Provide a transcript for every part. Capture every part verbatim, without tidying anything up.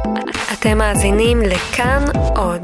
אתם מאזינים לכאן עוד.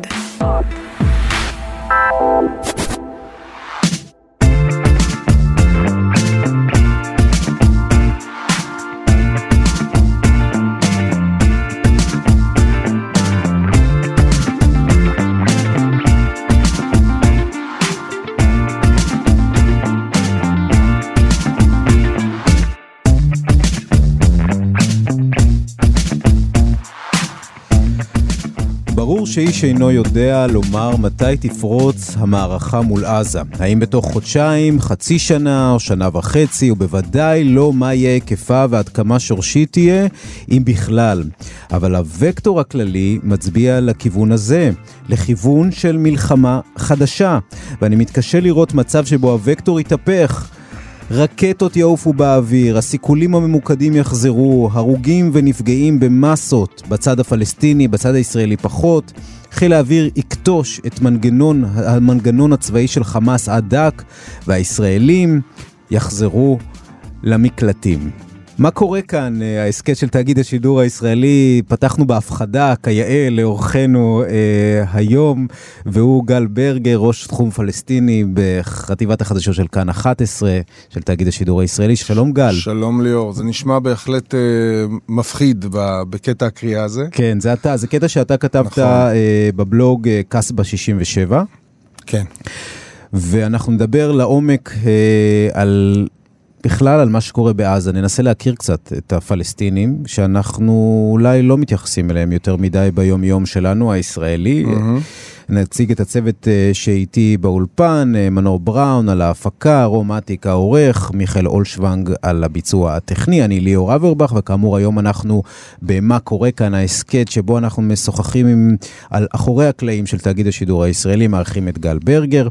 ברור שאיש אינו יודע לומר מתי תפרוץ המערכה מול עזה. האם בתוך חודשיים, חצי שנה או שנה וחצי, ובוודאי לא מה יהיה היקפה ועד כמה שורשית תהיה, אם בכלל. אבל הוקטור הכללי מצביע לכיוון הזה, לכיוון של מלחמה חדשה. ואני מתקשה לראות מצב שבו הוקטור יתהפך. רקטות יעופו באוויר, הסיכולים הממוקדים יחזרו, הרוגים ונפגעים במסות בצד הפלסטיני, בצד הישראלי פחות. חיל האוויר יקטוש את מנגנון, המנגנון הצבאי של חמאס עד דק, והישראלים יחזרו למקלטים. מה קורה כאן? העסקת של תאגיד השידור הישראלי, פתחנו בהפחדה כיאה לאורחנו אה, היום, והוא גל ברגר, ראש תחום פלסטיני בחטיבת החדשות של כאן אחת עשרה, של תאגיד השידור הישראלי. שלום גל. שלום ליאור, זה נשמע בהחלט אה, מפחיד בקטע הקריאה הזה. כן, זה אתה, זה קטע שאתה כתבת נכון. אה, בבלוג אה, קסבה שישים ושבע. כן. ואנחנו נדבר לעומק אה, על... בכלל על מה שקורה בעזה. ננסה להכיר קצת את הפלסטינים, שאנחנו אולי לא מתייחסים אליהם יותר מדי ביום יום שלנו, הישראלי. Mm-hmm. נציג את הצוות שאיתי באולפן, מנור בראון על ההפקה, רומטיק העורך, מיכאל אולשוונג על הביצוע הטכני, אני ליאור אברבך, וכאמור היום אנחנו במה קורה כאן, העסקת שבו אנחנו משוחחים עם, על אחורי הקלעים של תאגיד השידור הישראלי, מארחים את גל ברגר.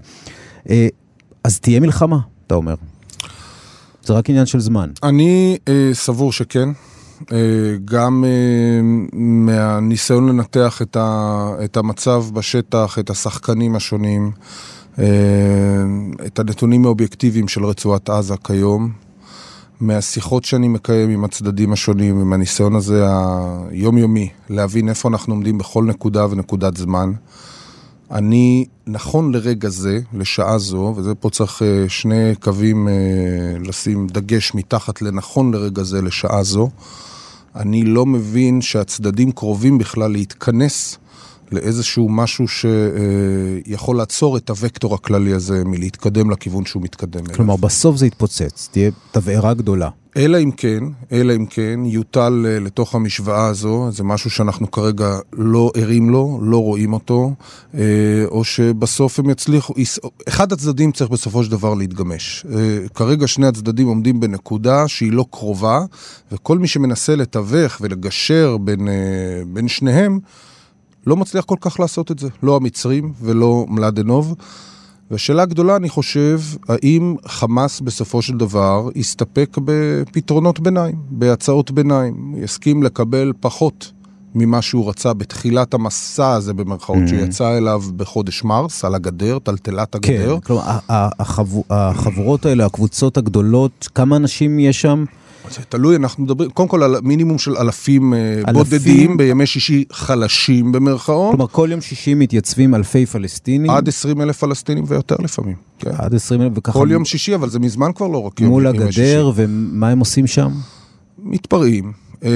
אז תהיה מלחמה, אתה אומר. זה רק עניין של זמן. אני אה, סבור שכן. אה, גם אה, מהניסיון לנתח את, ה, את המצב בשטח, את השחקנים השונים, אה, את הנתונים האובייקטיביים של רצועת עזה כיום, מהשיחות שאני מקיים עם הצדדים השונים, עם הניסיון הזה היומיומי, להבין איפה אנחנו עומדים בכל נקודה ונקודת זמן. אני נכון לרגע זה, לשעה זו, וזה פה צריך שני קווים לשים דגש מתחת לנכון לרגע זה, לשעה זו, אני לא מבין שהצדדים קרובים בכלל להתכנס לאיזשהו משהו שיכול לעצור את הוקטור הכללי הזה מלהתקדם לכיוון שהוא מתקדם אליו. כלומר, בסוף זה יתפוצץ, תהיה תבערה גדולה. אלא אם כן, אלא אם כן, יוטל לתוך המשוואה הזו, זה משהו שאנחנו כרגע לא ערים לו, לא רואים אותו, או שבסוף הם יצליחו, אחד הצדדים צריך בסופו של דבר להתגמש. כרגע שני הצדדים עומדים בנקודה שהיא לא קרובה, וכל מי שמנסה לתווך ולגשר בין, בין שניהם, לא מצליח כל כך לעשות את זה. לא המצרים ולא מלדנוב. והשאלה הגדולה, אני חושב, האם חמאס בסופו של דבר יסתפק בפתרונות ביניים, בהצעות ביניים, יסכים לקבל פחות ממה שהוא רצה בתחילת המסע הזה במרכאות, mm-hmm. שיצא אליו בחודש מרס, על הגדר, טלטלת הגדר. כן, כלומר, החב... החברות האלה, הקבוצות הגדולות, כמה אנשים יש שם? זה תלוי, אנחנו מדברים, קודם כל על מינימום של אלפים, אלפים בודדים, בימי שישי חלשים במרכאות. כלומר, כל יום שישי מתייצבים אלפי פלסטינים. עד עשרים אלף פלסטינים ויותר לפעמים. כן. עד עשרים אלף וככה. כל יום שישי, אבל זה מזמן כבר לא רק יום מול הגדר, ומה הם עושים שם? מתפרעים.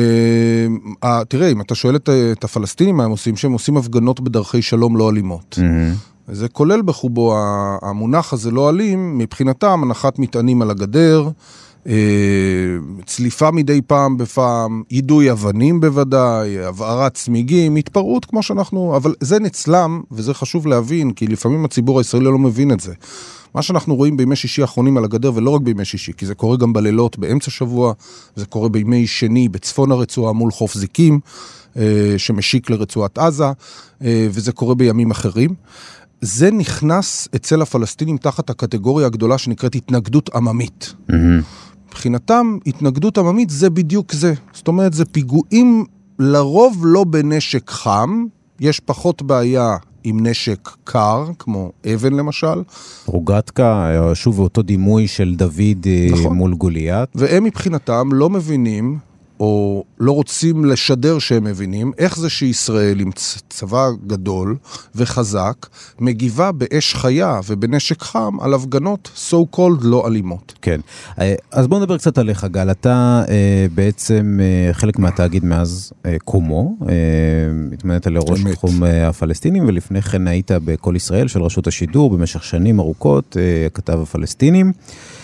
אה, תראה, אם אתה שואל את, את הפלסטינים מה הם עושים, שהם עושים הפגנות בדרכי שלום לא אלימות. Mm-hmm. זה כולל בחובו, המונח הזה לא אלים, מבחינתם, הנחת מטענים על הגדר, צליפה מדי פעם בפעם, יידוי אבנים בוודאי, הבערת צמיגים, התפרעות כמו שאנחנו, אבל זה נצלם, וזה חשוב להבין, כי לפעמים הציבור הישראלי לא מבין את זה. מה שאנחנו רואים בימי שישי האחרונים על הגדר, ולא רק בימי שישי, כי זה קורה גם בלילות באמצע שבוע, זה קורה בימי שני בצפון הרצועה מול חוף זיקים, שמשיק לרצועת עזה, וזה קורה בימים אחרים. זה נכנס אצל הפלסטינים תחת הקטגוריה הגדולה שנקראת התנגדות עממית. Mm-hmm. מבחינתם, התנגדות עממית זה בדיוק זה. זאת אומרת, זה פיגועים לרוב לא בנשק חם, יש פחות בעיה עם נשק קר, כמו אבן למשל. רוגטקה, שוב אותו דימוי של דוד נכון. מול גוליית. והם מבחינתם לא מבינים, או לא רוצים לשדר שהם מבינים, איך זה שישראל עם צבא גדול וחזק, מגיבה באש חיה ובנשק חם על הפגנות so called לא אלימות. כן, אז בואו נדבר קצת עליך, גל. אתה בעצם חלק מהתאגיד מאז קומו, התמנית לראש תחום הפלסטינים, ולפני כן היית בכל ישראל של רשות השידור במשך שנים ארוכות, כתב הפלסטינים.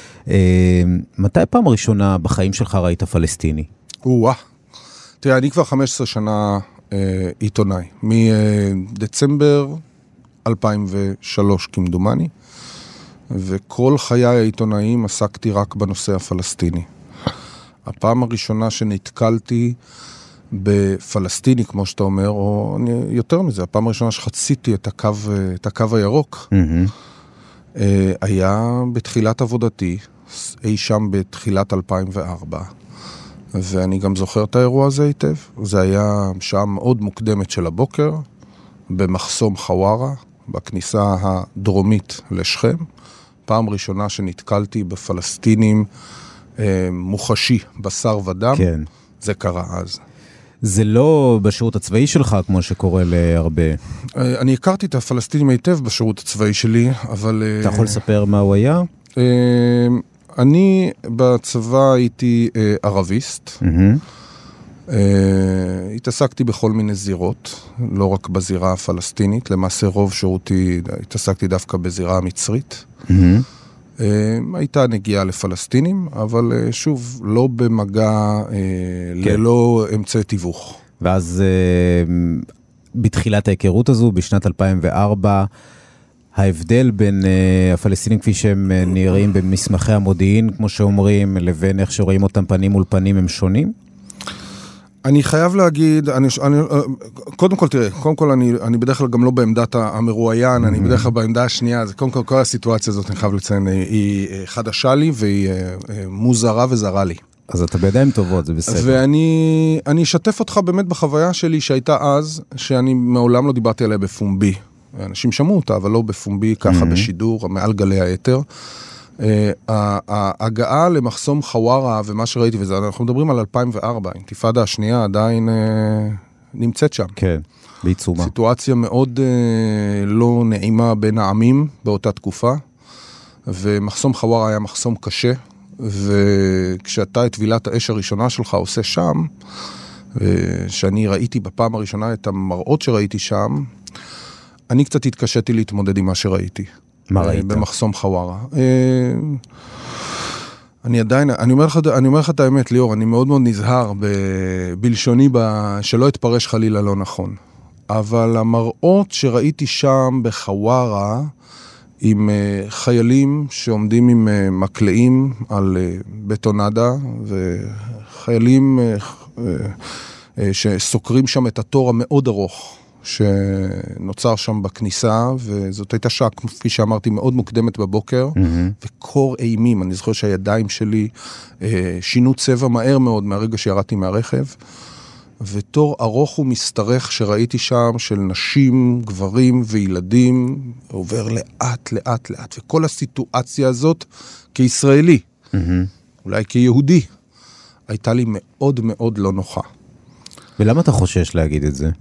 מתי פעם ראשונה בחיים שלך ראית פלסטיני? וואה, תראה, אני כבר חמש עשרה שנה אה, עיתונאי, מדצמבר אלפיים ושלוש כמדומני, וכל חיי העיתונאים עסקתי רק בנושא הפלסטיני. הפעם הראשונה שנתקלתי בפלסטיני, כמו שאתה אומר, או אני, יותר מזה, הפעם הראשונה שחציתי את הקו, את הקו הירוק, mm-hmm. אה, היה בתחילת עבודתי, אי שם בתחילת אלפיים וארבע, ואני גם זוכר את האירוע הזה היטב. זה היה שעה מאוד מוקדמת של הבוקר, במחסום חווארה, בכניסה הדרומית לשכם. פעם ראשונה שנתקלתי בפלסטינים אה, מוחשי, בשר ודם. כן. זה קרה אז. זה לא בשירות הצבאי שלך, כמו שקורה להרבה. אה, אני הכרתי את הפלסטינים היטב בשירות הצבאי שלי, אבל... אתה יכול לספר מה הוא היה? אה, אני בצבא הייתי אה, ערביסט, mm-hmm. אה, התעסקתי בכל מיני זירות, לא רק בזירה הפלסטינית, למעשה רוב שירותי התעסקתי דווקא בזירה המצרית. Mm-hmm. אה, הייתה נגיעה לפלסטינים, אבל אה, שוב, לא במגע, אה, כן. ללא אמצעי תיווך. ואז אה, בתחילת ההיכרות הזו, בשנת אלפיים וארבע, ההבדל בין uh, הפלסטינים כפי שהם uh, נראים במסמכי המודיעין, כמו שאומרים, לבין איך שרואים אותם פנים מול פנים, הם שונים? אני חייב להגיד, אני, אני, קודם כל תראה, קודם כל אני, אני בדרך כלל גם לא בעמדת המרואיין, אני בדרך כלל בעמדה השנייה, אז קודם כל כל הסיטואציה הזאת, אני חייב לציין, היא חדשה לי והיא מוזרה וזרה לי. אז אתה בידיים טובות, זה בסדר. ואני אני אשתף אותך באמת בחוויה שלי שהייתה אז, שאני מעולם לא דיברתי עליה בפומבי. אנשים שמעו אותה, אבל לא בפומבי, ככה בשידור, מעל גלי היתר. ההגעה למחסום חווארה ומה שראיתי, וזה, אנחנו מדברים על אלפיים וארבע, האינתיפאדה השנייה עדיין נמצאת שם. כן, בעיצומה. סיטואציה מאוד לא נעימה בין העמים באותה תקופה, ומחסום חווארה היה מחסום קשה, וכשאתה את טבילת האש הראשונה שלך עושה שם, שאני ראיתי בפעם הראשונה את המראות שראיתי שם, אני קצת התקשיתי להתמודד עם מה שראיתי. מה ראית? במחסום חווארה. אני עדיין, אני אומר לך, אני אומר לך את האמת, ליאור, אני מאוד מאוד נזהר בלשוני, שלא אתפרש חלילה לא נכון. אבל המראות שראיתי שם בחווארה, עם חיילים שעומדים עם מקלעים על בטונדה, וחיילים שסוקרים שם את התור המאוד ארוך, שנוצר שם בכניסה, וזאת הייתה שעה, כפי שאמרתי, מאוד מוקדמת בבוקר, mm-hmm. וקור אימים. אני זוכר שהידיים שלי אה, שינו צבע מהר מאוד מהרגע שירדתי מהרכב, ותור ארוך ומסתרך שראיתי שם של נשים, גברים וילדים, עובר לאט, לאט, לאט. וכל הסיטואציה הזאת כישראלי, mm-hmm. אולי כיהודי, הייתה לי מאוד מאוד לא נוחה. ולמה אתה חושש להגיד את זה?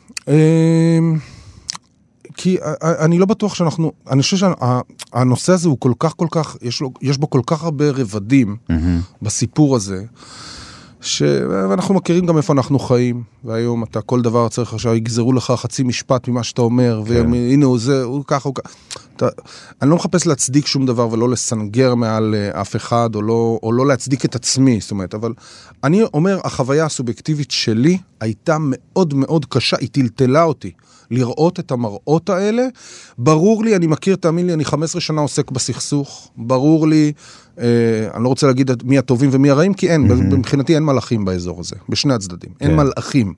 כי אני לא בטוח שאנחנו, אני חושב שהנושא הזה הוא כל כך כל כך, יש, לו, יש בו כל כך הרבה רבדים mm-hmm. בסיפור הזה, שאנחנו מכירים גם איפה אנחנו חיים, והיום אתה כל דבר צריך עכשיו, יגזרו לך חצי משפט ממה שאתה אומר, כן. והנה הוא זה, הוא ככה, הוא ככה. אתה, אני לא מחפש להצדיק שום דבר ולא לסנגר מעל אף אחד, או לא, או לא להצדיק את עצמי, זאת אומרת, אבל אני אומר, החוויה הסובייקטיבית שלי הייתה מאוד מאוד קשה, היא טלטלה אותי, לראות את המראות האלה. ברור לי, אני מכיר, תאמין לי, אני חמש עשרה שנה עוסק בסכסוך, ברור לי, אה, אני לא רוצה להגיד מי הטובים ומי הרעים, כי אין, mm-hmm. מבחינתי אין מלאכים באזור הזה, בשני הצדדים, כן. אין מלאכים.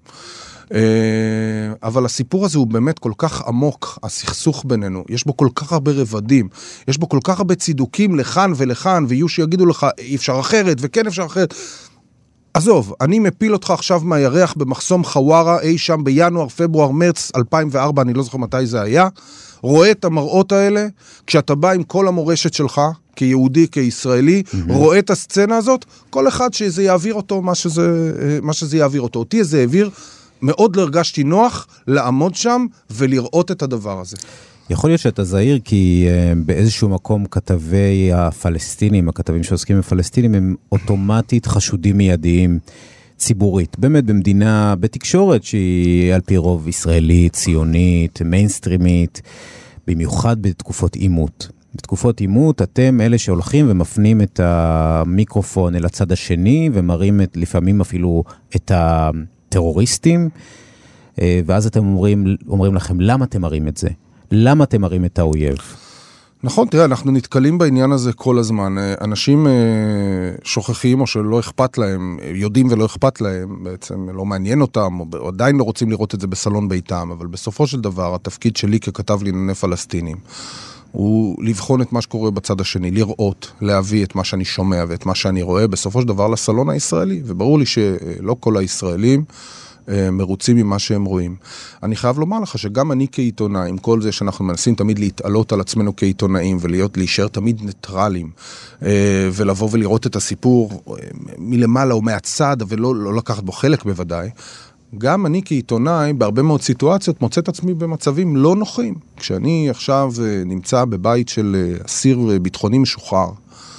אבל הסיפור הזה הוא באמת כל כך עמוק, הסכסוך בינינו, יש בו כל כך הרבה רבדים, יש בו כל כך הרבה צידוקים לכאן ולכאן, ויהיו שיגידו לך, אי אפשר אחרת, וכן אפשר אחרת. עזוב, אני מפיל אותך עכשיו מהירח במחסום חווארה, אי שם בינואר, פברואר, מרץ אלפיים וארבע, אני לא זוכר מתי זה היה, רואה את המראות האלה, כשאתה בא עם כל המורשת שלך, כיהודי, כישראלי, mm-hmm. רואה את הסצנה הזאת, כל אחד שזה יעביר אותו, מה שזה, מה שזה יעביר אותו. אותי זה העביר, מאוד לא הרגשתי נוח לעמוד שם ולראות את הדבר הזה. יכול להיות שאתה זהיר, כי uh, באיזשהו מקום כתבי הפלסטינים, הכתבים שעוסקים בפלסטינים, הם אוטומטית חשודים מיידיים ציבורית. באמת במדינה, בתקשורת שהיא על פי רוב ישראלית, ציונית, מיינסטרימית, במיוחד בתקופות עימות. בתקופות עימות אתם אלה שהולכים ומפנים את המיקרופון אל הצד השני, ומראים את, לפעמים אפילו את הטרוריסטים, ואז אתם אומרים, אומרים לכם, למה אתם מראים את זה? למה אתם מראים את האויב? נכון, תראה, אנחנו נתקלים בעניין הזה כל הזמן. אנשים שוכחים או שלא אכפת להם, יודעים ולא אכפת להם, בעצם לא מעניין אותם, או עדיין לא רוצים לראות את זה בסלון ביתם, אבל בסופו של דבר, התפקיד שלי ככתב לענייני פלסטינים, הוא לבחון את מה שקורה בצד השני, לראות, להביא את מה שאני שומע ואת מה שאני רואה, בסופו של דבר לסלון הישראלי, וברור לי שלא כל הישראלים מרוצים ממה שהם רואים. אני חייב לומר לך שגם אני כעיתונאי, עם כל זה שאנחנו מנסים תמיד להתעלות על עצמנו כעיתונאים, ולהיות, להישאר תמיד ניטרלים, ולבוא ולראות את הסיפור מלמעלה או מהצד, ולא לא לקחת בו חלק בוודאי, גם אני כעיתונאי, בהרבה מאוד סיטואציות, מוצא את עצמי במצבים לא נוחים. כשאני עכשיו נמצא בבית של אסיר ביטחוני משוחרר,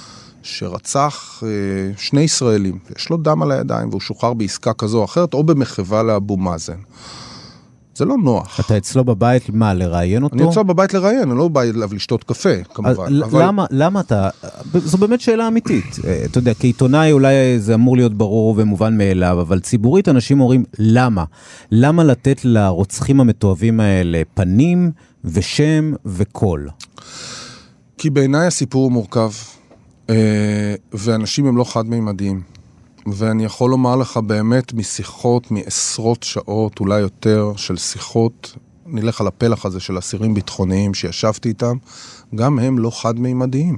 שרצח שני ישראלים, יש לו דם על הידיים, והוא שוחרר בעסקה כזו או אחרת, או במחווה לאבו מאזן. זה לא נוח. אתה אצלו בבית, מה, לראיין אותו? אני אצלו בבית לראיין, אני לא בא אליו לשתות קפה, כמובן. אבל... למה, למה אתה... זו באמת שאלה אמיתית. אתה יודע, כעיתונאי אולי זה אמור להיות ברור ומובן מאליו, אבל ציבורית אנשים אומרים, למה? למה לתת לרוצחים המתועבים האלה פנים ושם וקול? כי בעיניי הסיפור הוא מורכב. ואנשים הם לא חד-מימדיים. ואני יכול לומר לך באמת משיחות, מעשרות שעות, אולי יותר, של שיחות, נלך על הפלח הזה של אסירים ביטחוניים שישבתי איתם, גם הם לא חד-מימדיים.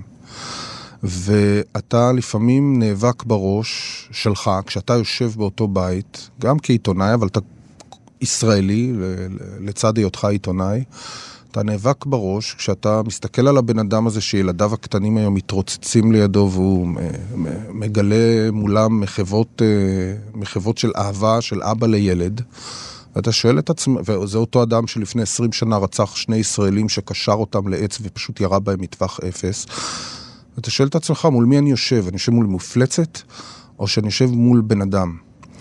ואתה לפעמים נאבק בראש שלך, כשאתה יושב באותו בית, גם כעיתונאי, אבל אתה ישראלי, לצד היותך עיתונאי, אתה נאבק בראש, כשאתה מסתכל על הבן אדם הזה שילדיו הקטנים היום מתרוצצים לידו, והוא מגלה מולם מחוות, מחוות של אהבה של אבא לילד, ואתה שואל את עצמך, וזה אותו אדם שלפני עשרים שנה רצח שני ישראלים שקשר אותם לעץ ופשוט ירה בהם מטווח אפס, ואתה שואל את עצמך, מול מי אני יושב? אני יושב מול מופלצת, או שאני יושב מול בן אדם?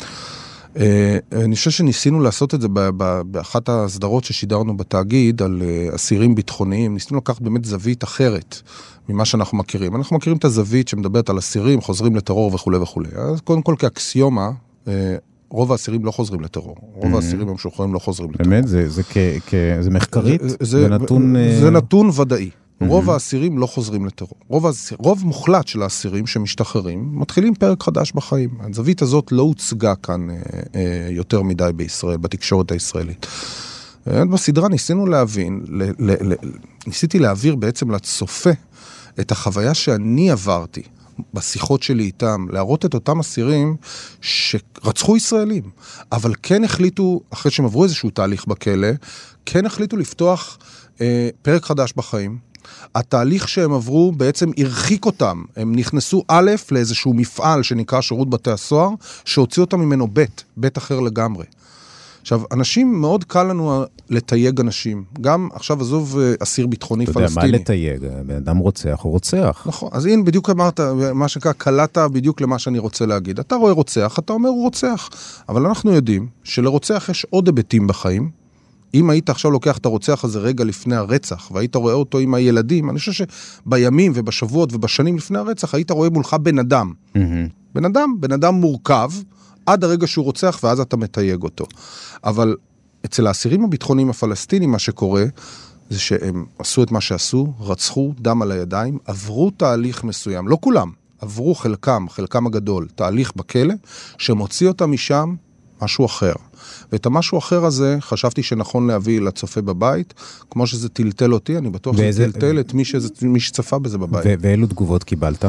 אני חושב שניסינו לעשות את זה באחת הסדרות ששידרנו בתאגיד על אסירים ביטחוניים, ניסינו לקחת באמת זווית אחרת ממה שאנחנו מכירים. אנחנו מכירים את הזווית שמדברת על אסירים, חוזרים לטרור וכו' וכו'. אז קודם כל כאקסיומה, רוב האסירים לא חוזרים לטרור. רוב האסירים המשוחררים לא חוזרים לטרור. באמת? זה מחקרית? זה נתון... זה נתון ודאי. רוב האסירים לא חוזרים לטרור. רוב, האסיר, רוב מוחלט של האסירים שמשתחררים מתחילים פרק חדש בחיים. הזווית הזאת לא הוצגה כאן אה, אה, יותר מדי בישראל, בתקשורת הישראלית. בסדרה ניסינו להבין, ל, ל, ל, ניסיתי להעביר בעצם לצופה את החוויה שאני עברתי בשיחות שלי איתם, להראות את אותם אסירים שרצחו ישראלים, אבל כן החליטו, אחרי שהם עברו איזשהו תהליך בכלא, כן החליטו לפתוח אה, פרק חדש בחיים. התהליך שהם עברו בעצם הרחיק אותם. הם נכנסו א' לאיזשהו מפעל שנקרא שירות בתי הסוהר, שהוציא אותם ממנו ב', ב' אחר לגמרי. עכשיו, אנשים, מאוד קל לנו לתייג אנשים. גם עכשיו עזוב אסיר ביטחוני פלסטיני. אתה יודע, מה לתייג? בן אדם רוצח, הוא רוצח. נכון. אז הנה, בדיוק אמרת, מה שנקרא, קלעת בדיוק למה שאני רוצה להגיד. אתה רואה רוצח, אתה אומר הוא רוצח. אבל אנחנו יודעים שלרוצח יש עוד היבטים בחיים. אם היית עכשיו לוקח את הרוצח הזה רגע לפני הרצח, והיית רואה אותו עם הילדים, אני חושב שבימים ובשבועות ובשנים לפני הרצח, היית רואה מולך בן אדם. Mm-hmm. בן אדם, בן אדם מורכב, עד הרגע שהוא רוצח, ואז אתה מתייג אותו. אבל אצל האסירים הביטחוניים הפלסטינים, מה שקורה, זה שהם עשו את מה שעשו, רצחו דם על הידיים, עברו תהליך מסוים, לא כולם, עברו חלקם, חלקם הגדול, תהליך בכלא, שמוציא אותם משם משהו אחר. ואת המשהו אחר הזה חשבתי שנכון להביא לצופה בבית, כמו שזה טלטל אותי, אני בטוח שזה טלטל את מי, שזה, מי שצפה בזה בבית. ואילו תגובות קיבלת?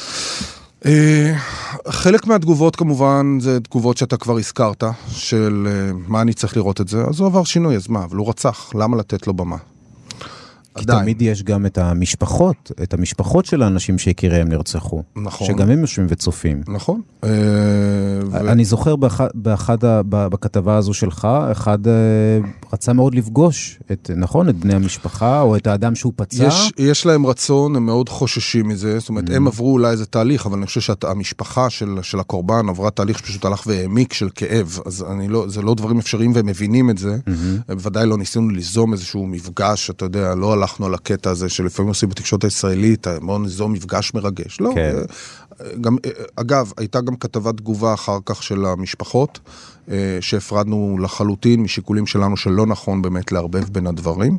חלק מהתגובות כמובן זה תגובות שאתה כבר הזכרת, של מה אני צריך לראות את זה, אז הוא עבר שינוי, אז מה, אבל הוא רצח, למה לתת לו במה? כי תמיד יש גם את המשפחות, את המשפחות של האנשים שיקיריהם נרצחו. נכון. שגם הם יושבים וצופים. נכון. אני זוכר בכתבה הזו שלך, אחד רצה מאוד לפגוש את, נכון, את בני המשפחה, או את האדם שהוא פצע. יש, יש להם רצון, הם מאוד חוששים מזה, זאת אומרת, הם עברו אולי איזה תהליך, אבל אני חושב שהמשפחה של, של הקורבן עברה תהליך שפשוט הלך והעמיק של כאב, אז אני לא, זה לא דברים אפשריים והם מבינים את זה, בוודאי לא ניסינו ליזום איזשהו מפגש, אתה יודע, לא הלכנו על הקטע הזה שלפעמים עושים בתקשורת הישראלית, בואו ניזום מפגש מרגש, לא. כן. גם, אגב, הייתה גם כתבת תגובה אחר כך של המשפחות, שהפרדנו לחלוטין משיקולים שלנו שלא נכון באמת לערבב בין הדברים.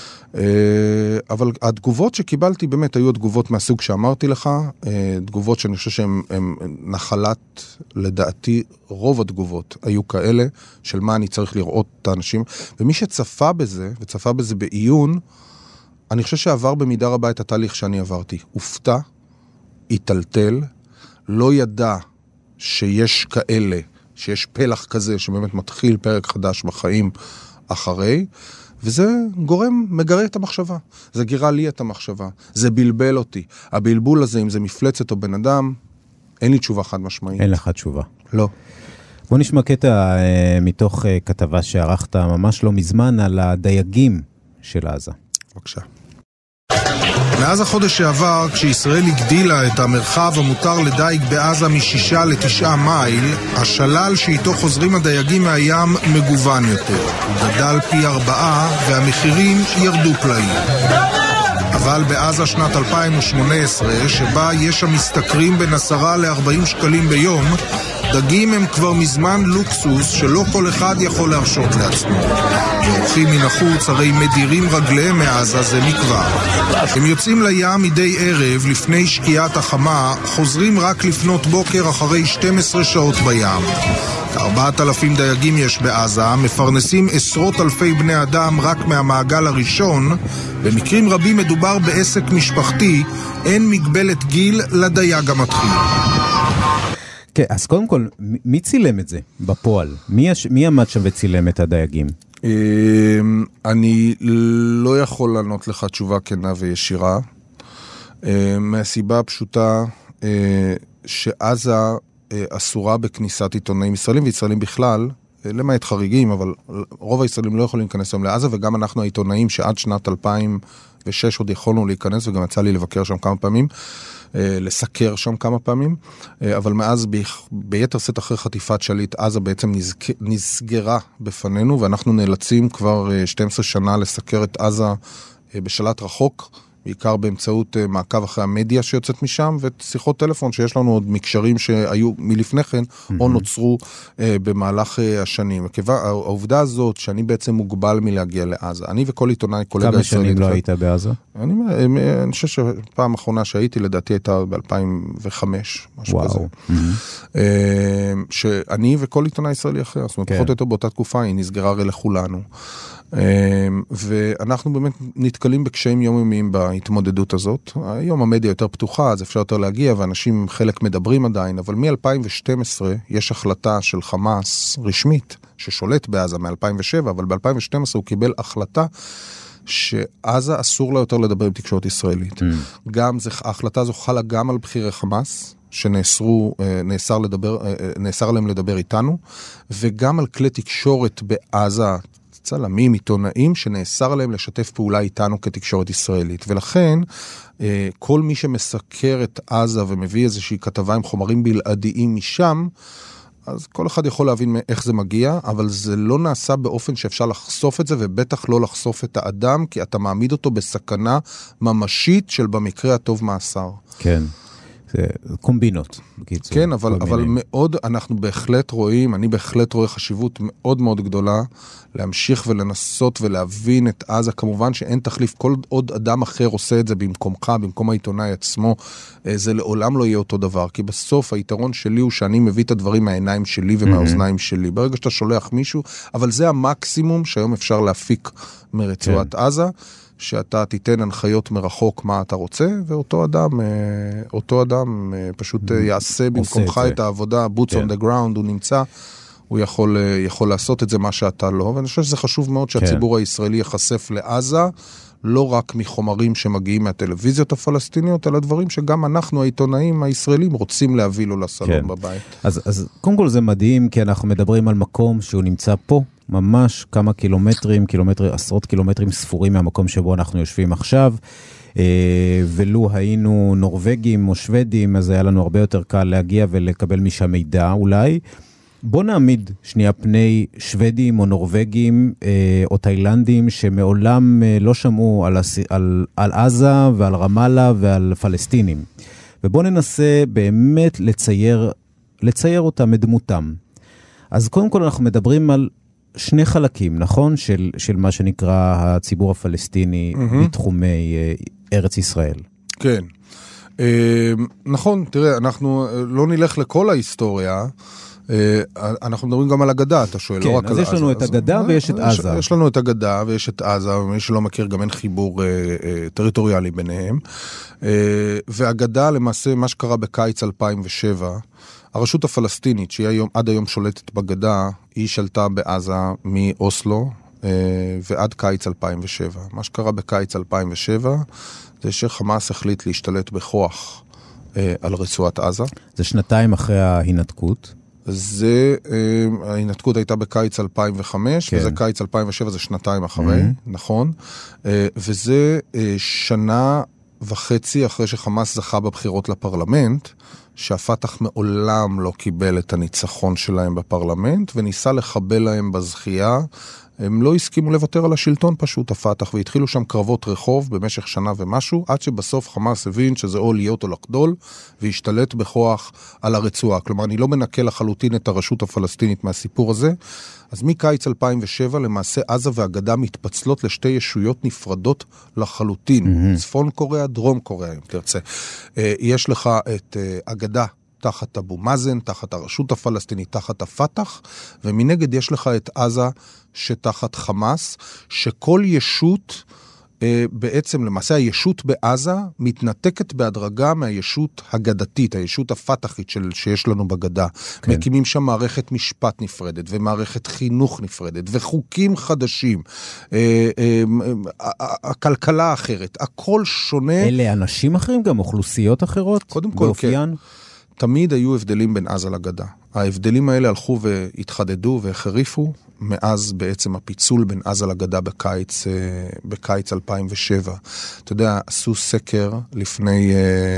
אבל התגובות שקיבלתי באמת היו התגובות מהסוג שאמרתי לך, תגובות שאני חושב שהן נחלת, לדעתי, רוב התגובות היו כאלה, של מה אני צריך לראות את האנשים, ומי שצפה בזה, וצפה בזה בעיון, אני חושב שעבר במידה רבה את התהליך שאני עברתי. הופתע, התלתל, לא ידע שיש כאלה, שיש פלח כזה שבאמת מתחיל פרק חדש בחיים אחרי, וזה גורם, מגרה את המחשבה. זה גירה לי את המחשבה. זה בלבל אותי. הבלבול הזה, אם זה מפלצת או בן אדם, אין לי תשובה חד משמעית. אין לך תשובה. לא. בוא נשמע קטע מתוך כתבה שערכת ממש לא מזמן על הדייגים של עזה. בבקשה. מאז החודש שעבר, כשישראל הגדילה את המרחב המותר לדייג בעזה משישה לתשעה מייל, השלל שאיתו חוזרים הדייגים מהים מגוון יותר. הוא גדל פי ארבעה והמחירים ירדו פלאים. אבל בעזה שנת אלפיים ושמונה עשרה, שבה יש המשתכרים בין עשרה לארבעים שקלים ביום, דגים הם כבר מזמן לוקסוס שלא כל אחד יכול להרשות לעצמו. ואורחים מן החוץ הרי מדירים רגליהם מעזה זה מכבר. הם יוצאים לים מדי ערב לפני שקיעת החמה, חוזרים רק לפנות בוקר אחרי שתים עשרה שעות בים. ארבעת אלפים דייגים יש בעזה, מפרנסים עשרות אלפי בני אדם רק מהמעגל הראשון. במקרים רבים מדובר בעסק משפחתי, אין מגבלת גיל לדייג המתחיל. כן, אז קודם כל, מי צילם את זה בפועל? מי, מי עמד שם וצילם את הדייגים? אני לא יכול לענות לך תשובה כנה וישירה, מהסיבה הפשוטה שעזה אסורה בכניסת עיתונאים ישראלים וישראלים בכלל, למעט חריגים, אבל רוב הישראלים לא יכולים להיכנס היום לעזה, וגם אנחנו העיתונאים שעד שנת אלפיים ושש עוד יכולנו להיכנס, וגם יצא לי לבקר שם כמה פעמים, לסקר שם כמה פעמים, אבל מאז ביתר סט אחרי חטיפת שליט, עזה בעצם נסגרה בפנינו, ואנחנו נאלצים כבר שתים עשרה שנה לסקר את עזה בשלט רחוק, בעיקר באמצעות מעקב אחרי המדיה שיוצאת משם, ושיחות טלפון שיש לנו עוד מקשרים שהיו מלפני כן, או נוצרו במהלך השנים. העובדה הזאת שאני בעצם מוגבל מלהגיע לעזה, אני וכל עיתונאי, קולגה כמה ישראלית. שנים לא היית בעזה? אני, אני חושב שפעם האחרונה שהייתי, לדעתי הייתה ב-אלפיים וחמש, משהו כזה. שאני וכל עיתונאי ישראלי אחר, זאת אומרת, פחות או יותר באותה תקופה, היא נסגרה הרי לכולנו. ואנחנו באמת נתקלים בקשיים יומיומיים בהתמודדות הזאת. היום המדיה יותר פתוחה, אז אפשר יותר להגיע, ואנשים חלק מדברים עדיין, אבל מ-אלפיים ושתים עשרה יש החלטה של חמאס רשמית, ששולט בעזה מ-אלפיים ושבע, אבל ב-אלפיים ושתים עשרה הוא קיבל החלטה שעזה אסור לה יותר לדבר עם תקשורת ישראלית. Mm. גם, זה, ההחלטה הזו חלה גם על בחירי חמאס, שנאסרו, נאסר לדבר, נאסר להם לדבר איתנו, וגם על כלי תקשורת בעזה, צלמים, עיתונאים, שנאסר להם לשתף פעולה איתנו כתקשורת ישראלית. ולכן, כל מי שמסקר את עזה ומביא איזושהי כתבה עם חומרים בלעדיים משם, אז כל אחד יכול להבין איך זה מגיע, אבל זה לא נעשה באופן שאפשר לחשוף את זה, ובטח לא לחשוף את האדם, כי אתה מעמיד אותו בסכנה ממשית של במקרה הטוב מאסר. כן. קומבינות. בקיצור, כן, אבל, אבל מאוד, אנחנו בהחלט רואים, אני בהחלט רואה חשיבות מאוד מאוד גדולה, להמשיך ולנסות ולהבין את עזה, כמובן שאין תחליף, כל עוד אדם אחר עושה את זה במקומך, במקום העיתונאי עצמו, זה לעולם לא יהיה אותו דבר, כי בסוף היתרון שלי הוא שאני מביא את הדברים מהעיניים שלי ומהאוזניים שלי, ברגע שאתה שולח מישהו, אבל זה המקסימום שהיום אפשר להפיק מרצועת עזה, שאתה תיתן הנחיות מרחוק מה אתה רוצה, ואותו אדם, אותו אדם פשוט יעשה במקומך את העבודה, boots on the ground, הוא נמצא, הוא יכול, יכול לעשות את זה מה שאתה לא, ואני חושב שזה חשוב מאוד שהציבור הישראלי יחשף לעזה, לא רק מחומרים שמגיעים מהטלוויזיות הפלסטיניות, אלא דברים שגם אנחנו, העיתונאים הישראלים, רוצים להביא לו לסלון כן. בבית. אז, אז קודם כל זה מדהים, כי אנחנו מדברים על מקום שהוא נמצא פה, ממש כמה קילומטרים, קילומטרים, עשרות קילומטרים ספורים מהמקום שבו אנחנו יושבים עכשיו, ולו היינו נורווגים או שוודים, אז היה לנו הרבה יותר קל להגיע ולקבל משם מידע אולי. בוא נעמיד שנייה פני שוודים או נורווגים או תאילנדים שמעולם לא שמעו על, על, על עזה ועל רמאללה ועל פלסטינים. ובוא ננסה באמת לצייר, לצייר אותם מדמותם. אז קודם כל אנחנו מדברים על שני חלקים, נכון? של, של מה שנקרא הציבור הפלסטיני mm-hmm. בתחומי ארץ ישראל. כן. נכון, תראה, אנחנו לא נלך לכל ההיסטוריה, אנחנו מדברים גם על הגדה, אתה שואל, לא רק על עזה. כן, אז יש לנו את הגדה ויש את עזה. יש לנו את הגדה ויש את עזה, ומי שלא מכיר גם אין חיבור טריטוריאלי ביניהם. והגדה למעשה, מה שקרה בקיץ אלפיים ושבע, הרשות הפלסטינית, שהיא היום, עד היום שולטת בגדה, היא שלטה בעזה מאוסלו ועד קיץ אלפיים ושבע. מה שקרה בקיץ אלפיים ושבע, זה שחמאס החליט להשתלט בכוח על רצועת עזה. זה שנתיים אחרי ההינתקות. זה, ההינתקות הייתה בקיץ אלפיים וחמש, כן. וזה קיץ אלפיים ושבע, זה שנתיים אחרי, mm-hmm. נכון? וזה שנה וחצי אחרי שחמאס זכה בבחירות לפרלמנט, שהפתח מעולם לא קיבל את הניצחון שלהם בפרלמנט, וניסה לחבל להם בזכייה. הם לא הסכימו לוותר על השלטון פשוט, הפתח, והתחילו שם קרבות רחוב במשך שנה ומשהו, עד שבסוף חמאס הבין שזה או להיות או לחדול, והשתלט בכוח על הרצועה. כלומר, אני לא מנקה לחלוטין את הרשות הפלסטינית מהסיפור הזה. אז מקיץ אלפיים ושבע, למעשה עזה והגדה מתפצלות לשתי ישויות נפרדות לחלוטין. Mm-hmm. צפון קוריאה, דרום קוריאה, אם תרצה. יש לך את הגדה, תחת אבו מאזן, תחת הרשות הפלסטינית, תחת הפתח, ומנגד יש לך את עזה שתחת חמאס, שכל ישות, אה, בעצם למעשה הישות בעזה, מתנתקת בהדרגה מהישות הגדתית, הישות הפתחית של, שיש לנו בגדה. כן. מקימים שם מערכת משפט נפרדת, ומערכת חינוך נפרדת, וחוקים חדשים, אה, אה, אה, הכלכלה האחרת, הכל שונה. אלה אנשים אחרים גם, אוכלוסיות אחרות? קודם כל, באופיין? כן. תמיד היו הבדלים בין עזה לגדה. ההבדלים האלה הלכו והתחדדו והחריפו, מאז בעצם הפיצול בין עזה לגדה בקיץ, בקיץ אלפיים ושבע. אתה יודע, עשו סקר לפני,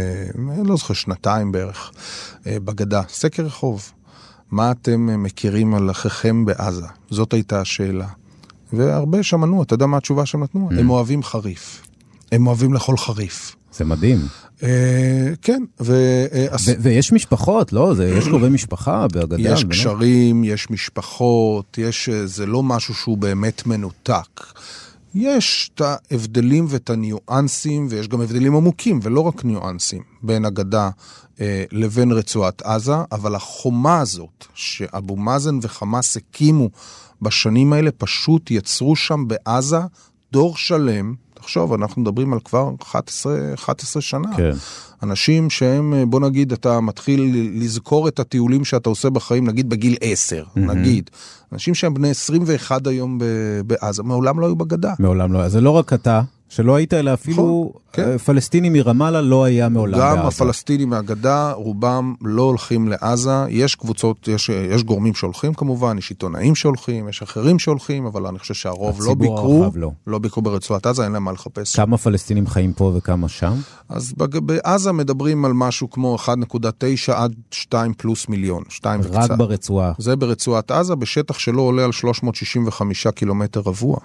לא זוכר, שנתיים בערך, בגדה. סקר רחוב. מה אתם מכירים על אחיכם בעזה? זאת הייתה השאלה. והרבה שמענו, אתה יודע מה התשובה שהם נתנו? הם אוהבים חריף. הם אוהבים לאכול חריף. זה מדהים. כן. ויש משפחות, לא? יש קרובי משפחה בגדה. יש קשרים, יש משפחות, זה לא משהו שהוא באמת מנותק. יש את ההבדלים ואת הניואנסים, ויש גם הבדלים עמוקים, ולא רק ניואנסים, בין הגדה לבין רצועת עזה, אבל החומה הזאת, שאבו מאזן וחמאס הקימו בשנים האלה, פשוט יצרו שם בעזה דור שלם, תחשוב, אנחנו מדברים על כבר אחת עשרה שנה. כן. אנשים שהם, בוא נגיד, אתה מתחיל לזכור את הטיולים שאתה עושה בחיים, נגיד בגיל עשר, mm-hmm. נגיד. אנשים שהם בני עשרים ואחת היום בעזה, מעולם לא היו בגדה. מעולם לא, זה לא רק אתה, שלא היית, אלא אפילו כן. פלסטינים מרמאללה לא היה מעולם גם בעזה. גם הפלסטינים מהגדה, רובם לא הולכים לעזה, יש קבוצות, יש, יש גורמים שהולכים כמובן, יש עיתונאים שהולכים, יש אחרים שהולכים, אבל אני חושב שהרוב לא ביקרו, לא. לא ביקרו ברצועת עזה, אין להם מה לחפש. כמה פלסטינים חיים פה וכמה שם? אז בעזה מדברים על משהו כמו אחת נקודה תשע עד שתיים פלוס מיליון, שתיים רק וקצת. ברצועה. זה ברצועת עזה, בשטח שלא עולה על שלוש מאות שישים וחמישה קילומטר רבוע.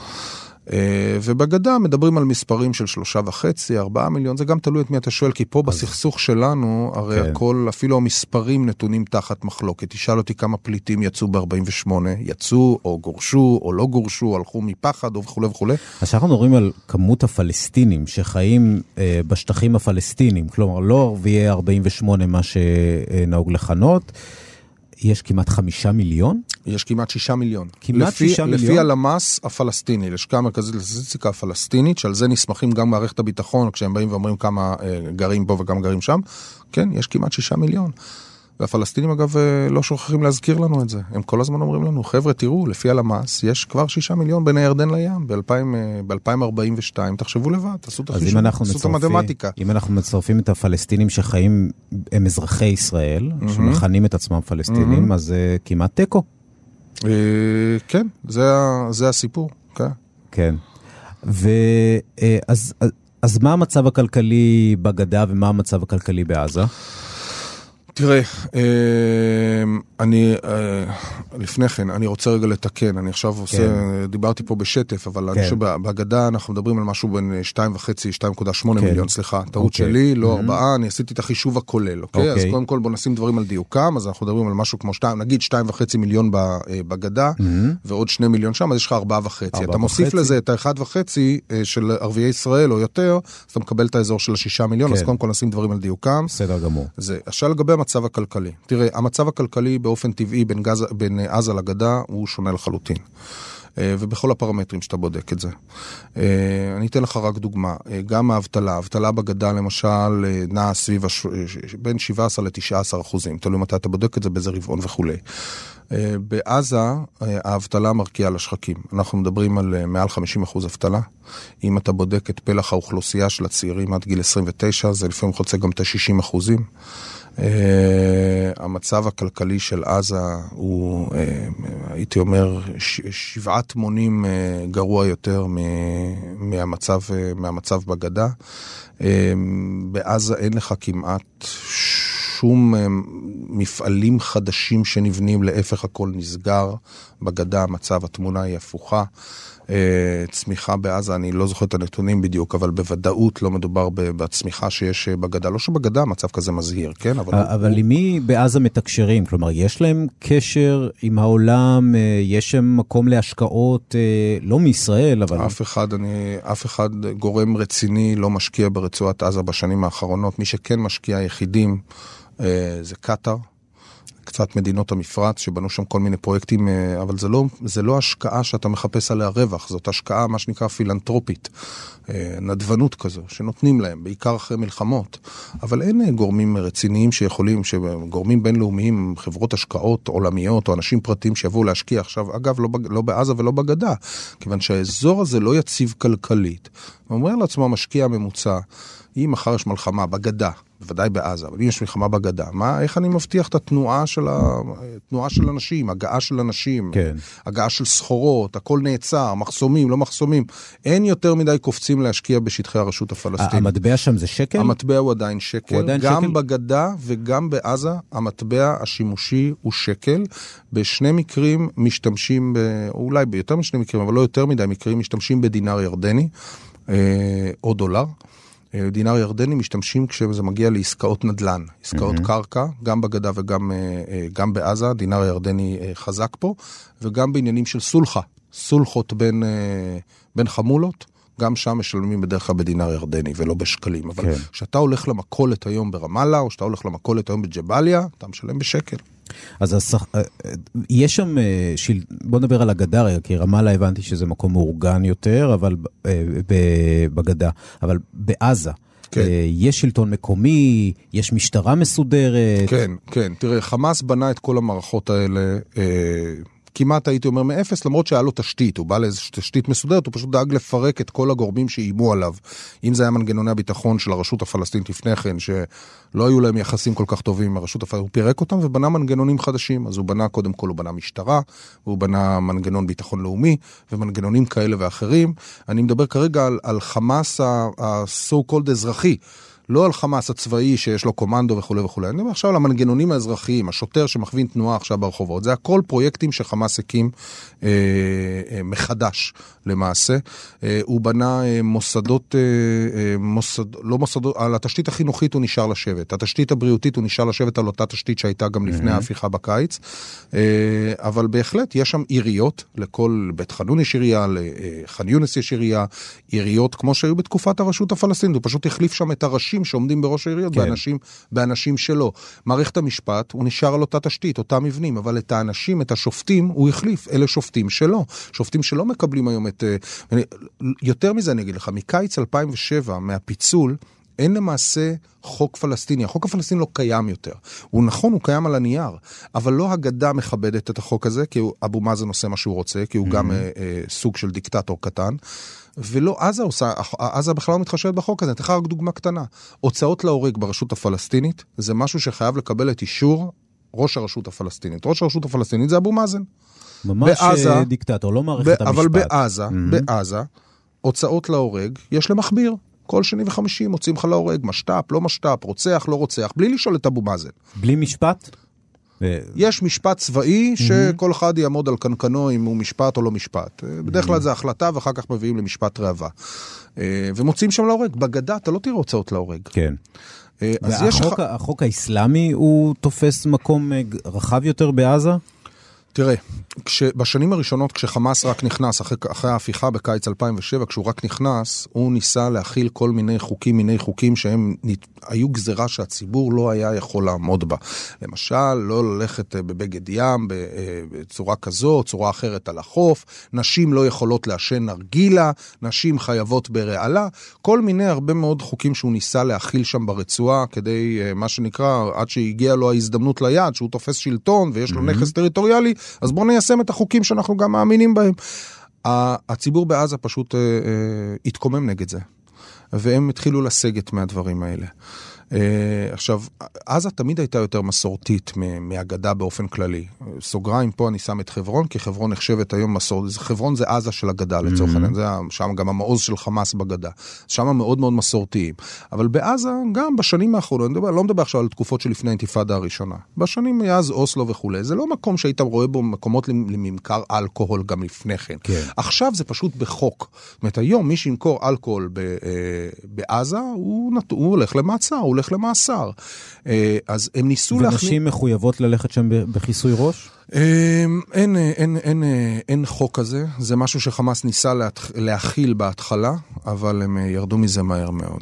ובגדה מדברים על מספרים של שלושה וחצי, ארבעה מיליון, זה גם תלוי את מי אתה שואל, כי פה בסכסוך שלנו, הרי כן. הכל, אפילו המספרים נתונים תחת מחלוקת. תשאל אותי כמה פליטים יצאו ב-ארבעים ושמונה, יצאו או גורשו או לא גורשו, הלכו מפחד או וכו' וכו'. אז אנחנו מדברים על כמות הפלסטינים שחיים אה, בשטחים הפלסטינים, כלומר לא ערביי ארבעים ושמונה מה שנהוג לכנות, יש כמעט חמישה מיליון? יש כמעט שישה מיליון. כמעט לפי, שישה מיליון? לפי הלמ"ס הפלסטיני, לשכה המרכזית לסטטיסטיקה הפלסטינית, שעל זה נסמכים גם מערכת הביטחון, כשהם באים ואומרים כמה אה, גרים פה וגם גרים שם, כן, יש כמעט שישה מיליון. והפלסטינים אגב לא שוכחים להזכיר לנו את זה. הם כל הזמן אומרים לנו, חבר'ה תראו, לפי הלמ"ס, יש כבר שישה מיליון בין הירדן לים, ב-אלפיים ארבעים ושתיים, תחשבו לבד, תעשו את החישוב, תעשו את המתמטיקה. אם אנחנו מצרפים את הפלסטינים שחיים, הם אזרחי ישראל, שמכנים את עצמם פלסטינים, אז כמעט טקו. כן, זה הסיפור. כן. ואז אז מה המצב הכלכלי בגדה ומה המצב הכלכלי בעזה? תראה, אני, לפני כן, אני רוצה רגע לתקן, אני עכשיו עושה, דיברתי פה בשטף, אבל אני חושב בגדה אנחנו מדברים על משהו בין שתיים וחצי, שתיים נקודה שמונה מיליון, סליחה, טעות שלי, לא ארבעה, אני עשיתי את החישוב הכולל, אוקיי? אז קודם כל בוא נשים דברים על דיוקם, אז אנחנו מדברים על משהו כמו שתיים, נגיד שתיים וחצי מיליון בגדה, ועוד שני מיליון שם, אז יש לך ארבעה וחצי. אתה מוסיף לזה את האחד וחצי של ערביי ישראל או יותר, אז אתה מקבל את האזור של השישה מיליון, אז קודם כל נשים דברים על דיוקם. בסדר גמור. זה, עכשיו לגבי המצב הכלכלי. תראה, המצב הכלכלי באופן טבעי בין, גז, בין עזה לגדה הוא שונה לחלוטין. ובכל הפרמטרים שאתה בודק את זה. אני אתן לך רק דוגמה. גם האבטלה, האבטלה בגדה למשל נעה סביב בין שבעה עשר ל-תשעה עשר אחוזים. תלוי מתי אתה בודק את זה באיזה רבעון וכו'. בעזה האבטלה מרקיעה לשחקים. אנחנו מדברים על מעל חמישים אחוז אבטלה. אם אתה בודק את פלח האוכלוסייה של הצעירים עד גיל עשרים ותשע, זה לפעמים חוצה גם את ה-שישים אחוזים. Uh, המצב הכלכלי של עזה הוא, uh, הייתי אומר, ש- שבעת מונים uh, גרוע יותר מ- מהמצב, uh, מהמצב בגדה. Uh, בעזה אין לך כמעט שום uh, מפעלים חדשים שנבנים, להפך הכל נסגר. בגדה המצב, התמונה היא הפוכה. צמיחה בעזה, אני לא זוכר את הנתונים בדיוק, אבל בוודאות לא מדובר בצמיחה שיש בגדה. לא שבגדה מצב כזה מזהיר, כן? אבל, אבל הוא... למי בעזה מתקשרים? כלומר, יש להם קשר עם העולם, יש שם מקום להשקעות, לא מישראל, אבל... אף אחד, אני, אף אחד גורם רציני לא משקיע ברצועת עזה בשנים האחרונות. מי שכן משקיע יחידים זה קטר. קצת מדינות המפרץ, שבנו שם כל מיני פרויקטים, אבל זה לא, זה לא השקעה שאתה מחפש עליה רווח, זאת השקעה, מה שנקרא פילנטרופית, נדבנות כזו, שנותנים להם, בעיקר אחרי מלחמות, אבל אין גורמים רציניים שיכולים, גורמים בינלאומיים, חברות השקעות עולמיות, או אנשים פרטיים שיבואו להשקיע עכשיו, אגב, לא, לא בעזה ולא בגדה, כיוון שהאזור הזה לא יציב כלכלית. הוא אומר לעצמו, משקיע ממוצע, אם מחר יש מלחמה בגדה, בוודאי בעזה, אבל אם יש מלחמה בגדה, מה, איך אני מבטיח את התנועה של, התנועה של אנשים, הגעה של אנשים, כן. הגעה של סחורות, הכל נעצר, מחסומים, לא מחסומים, אין יותר מדי קופצים להשקיע בשטחי הרשות הפלסטינית. המטבע שם זה שקל? המטבע הוא עדיין שקל, הוא עדיין גם שקל? בגדה וגם בעזה, המטבע השימושי הוא שקל, בשני מקרים משתמשים, ב, אולי ביותר משני מקרים, אבל לא יותר מדי מקרים, משתמשים בדינר ירדני, או דולר, דינר ירדני משתמשים כשזה מגיע לעסקאות נדל"ן, עסקאות mm-hmm. קרקע, גם בגדה וגם גם בעזה, דינר ירדני חזק פה, וגם בעניינים של סולחה, סולחות בין, בין חמולות, גם שם משלמים בדרך כלל בדינר ירדני ולא בשקלים, אבל כשאתה כן. הולך למכולת היום ברמאללה, או שאתה הולך למכולת היום בג'באליה, אתה משלם בשקל. אז השח... יש שם, שיל... בוא נדבר על הגדה רגע, כי רמאללה הבנתי שזה מקום מאורגן יותר, אבל בגדה, אבל בעזה, כן. יש שלטון מקומי, יש משטרה מסודרת. כן, כן, תראה, חמאס בנה את כל המערכות האלה, כמעט הייתי אומר מאפס, למרות שהיה לו תשתית, הוא בא לאיזו תשתית מסודרת, הוא פשוט דאג לפרק את כל הגורמים שאיימו עליו. אם זה היה מנגנוני הביטחון של הרשות הפלסטינית לפני כן, שלא היו להם יחסים כל כך טובים עם הרשות הפלסטינית, הוא פירק אותם ובנה מנגנונים חדשים. אז הוא בנה, קודם כל הוא בנה משטרה, הוא בנה מנגנון ביטחון לאומי, ומנגנונים כאלה ואחרים. אני מדבר כרגע על, על חמאס ה-so called אזרחי, לא על חמאס הצבאי שיש לו קומנדו וכו' וכו'. אני אומר עכשיו על המנגנונים האזרחיים, השוטר שמכווין תנועה עכשיו ברחובות. זה הכל פרויקטים שחמאס הקים אה, אה, מחדש למעשה. אה, הוא בנה אה, מוסדות, אה, מוסד, לא מוסדות, על התשתית החינוכית הוא נשאר לשבת. התשתית הבריאותית הוא נשאר לשבת על אותה תשתית שהייתה גם לפני ההפיכה בקיץ. אה, אבל בהחלט יש שם עיריות, לכל בית חנון יש עירייה, לח'אן יונס יש עירייה, עיריות כמו שהיו בתקופת הרשות הפלסטינית. הוא פשוט החליף שם את הראשים שעומדים בראש העיריות, כן. באנשים, באנשים שלו. מערכת המשפט, הוא נשאר על אותה תשתית, אותם מבנים, אבל את האנשים, את השופטים, הוא החליף. אלה שופטים שלו. שופטים שלא מקבלים היום את... יותר מזה אני אגיד לך, מקיץ אלפיים ושבע, מהפיצול, אין למעשה חוק פלסטיני. החוק הפלסטיני לא קיים יותר. הוא נכון, הוא קיים על הנייר, אבל לא הגדה מכבדת את החוק הזה, כי אבו מאזן עושה מה שהוא רוצה, כי הוא mm-hmm. גם אה, אה, סוג של דיקטטור קטן, ולא, עזה עושה, עזה בכלל לא מתחשבת בחוק הזה. תחר רק דוגמה קטנה. הוצאות להורג ברשות הפלסטינית, זה משהו שחייב לקבל את אישור ראש הרשות הפלסטינית. ראש הרשות הפלסטינית זה אבו מאזן. ממש בעזה, דיקטטור, לא מערכת המשפט. אבל בעזה, mm-hmm. בעזה, הוצאות להורג, יש למחביר. כל שני וחמישי מוצאים לך להורג, משטף, לא משטף, רוצח, לא רוצח, בלי לשאול את אבו מאזן. בלי משפט? יש משפט צבאי שכל אחד יעמוד על קנקנו אם הוא משפט או לא משפט. בדרך כלל זה החלטה ואחר כך מביאים למשפט ראווה. ומוצאים שם להורג. בגדה אתה לא תראה הוצאות להורג. כן. והחוק האסלאמי הוא תופס מקום רחב יותר בעזה? תראה, בשנים הראשונות, כשחמאס רק נכנס, אחרי, אחרי ההפיכה בקיץ אלפיים ושבע, כשהוא רק נכנס, הוא ניסה להכיל כל מיני חוקים, מיני חוקים שהם היו גזרה שהציבור לא היה יכול לעמוד בה. למשל, לא ללכת בבגד ים בצורה כזו, צורה אחרת על החוף, נשים לא יכולות לעשן נרגילה, נשים חייבות ברעלה, כל מיני הרבה מאוד חוקים שהוא ניסה להכיל שם ברצועה, כדי, מה שנקרא, עד שהגיעה לו ההזדמנות ליד, שהוא תופס שלטון ויש לו נכס טריטוריאלי, אז בואו ניישם את החוקים שאנחנו גם מאמינים בהם. הציבור בעזה פשוט אה, אה, התקומם נגד זה, והם התחילו לסגת מהדברים האלה. Uh, עכשיו, עזה תמיד הייתה יותר מסורתית מהגדה באופן כללי. סוגריים פה אני שם את חברון, כי חברון נחשבת היום מסורתית. חברון זה עזה של הגדה לצורך העניין, זה שם גם המעוז של חמאס בגדה. שם מאוד מאוד מסורתיים. אבל בעזה, גם בשנים האחרונות, אני מדבר, לא מדבר עכשיו על תקופות שלפני האינתיפאדה הראשונה. בשנים מאז אוסלו וכו'. זה לא מקום שהיית רואה בו מקומות לממכר אלכוהול גם לפני כן. כן. עכשיו זה פשוט בחוק. זאת אומרת, היום מי שימכור אלכוהול ב, uh, בעזה, הוא, נת... הוא הולך למעצר, הוא הולך למאסר. אז הם ניסו ונשים להכניס... מחויבות ללכת שם בחיסוי ראש? אין, אין, אין, אין, אין חוק כזה. זה משהו שחמאס ניסה להכיל בהתחלה, אבל הם ירדו מזה מהר מאוד.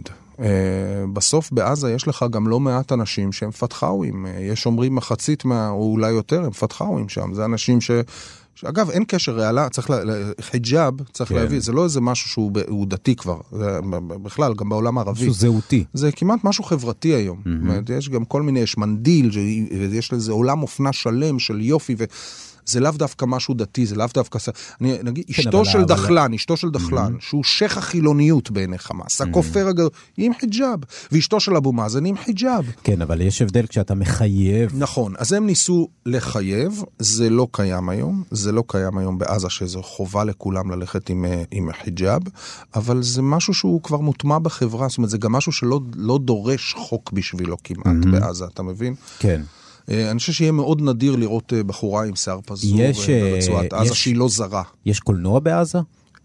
בסוף בעזה יש לך גם לא מעט אנשים שהם פתחאווים. יש אומרים מחצית מה, או אולי יותר, הם פתחאווים שם. זה אנשים ש... אגב, אין קשר רעלה, צריך לה, חיג'אב, צריך כן. להביא, זה לא איזה משהו שהוא דתי כבר, זה, בכלל, גם בעולם הערבי. משהו זהותי. זה כמעט משהו חברתי היום. Mm-hmm. יש גם כל מיני, יש מנדיל, יש לזה עולם אופנה שלם של יופי, וזה לאו דווקא משהו דתי, זה לאו דווקא... אני נגיד, כן, אשתו של אבל... דחלן, אשתו של דחלן, mm-hmm. שהוא שייך החילוניות בעיני חמאס, mm-hmm. הכופר הגדול, היא עם חיג'אב, ואשתו של אבו מאזן היא עם חיג'אב. כן, אבל יש הבדל כשאתה מחייב. נכון, אז הם ניסו לחייב, זה לא קיים היום, זה לא קיים היום בעזה, שזו חובה לכולם ללכת עם, עם חיג'אב, אבל זה משהו שהוא כבר מוטמע בחברה, זאת אומרת, זה גם משהו שלא לא דורש חוק בשבילו כמעט mm-hmm. בעזה, אתה מבין? כן. אני חושב שיהיה מאוד נדיר לראות בחורה עם שיער פזור ברצועת עזה שהיא לא זרה. יש קולנוע בעזה?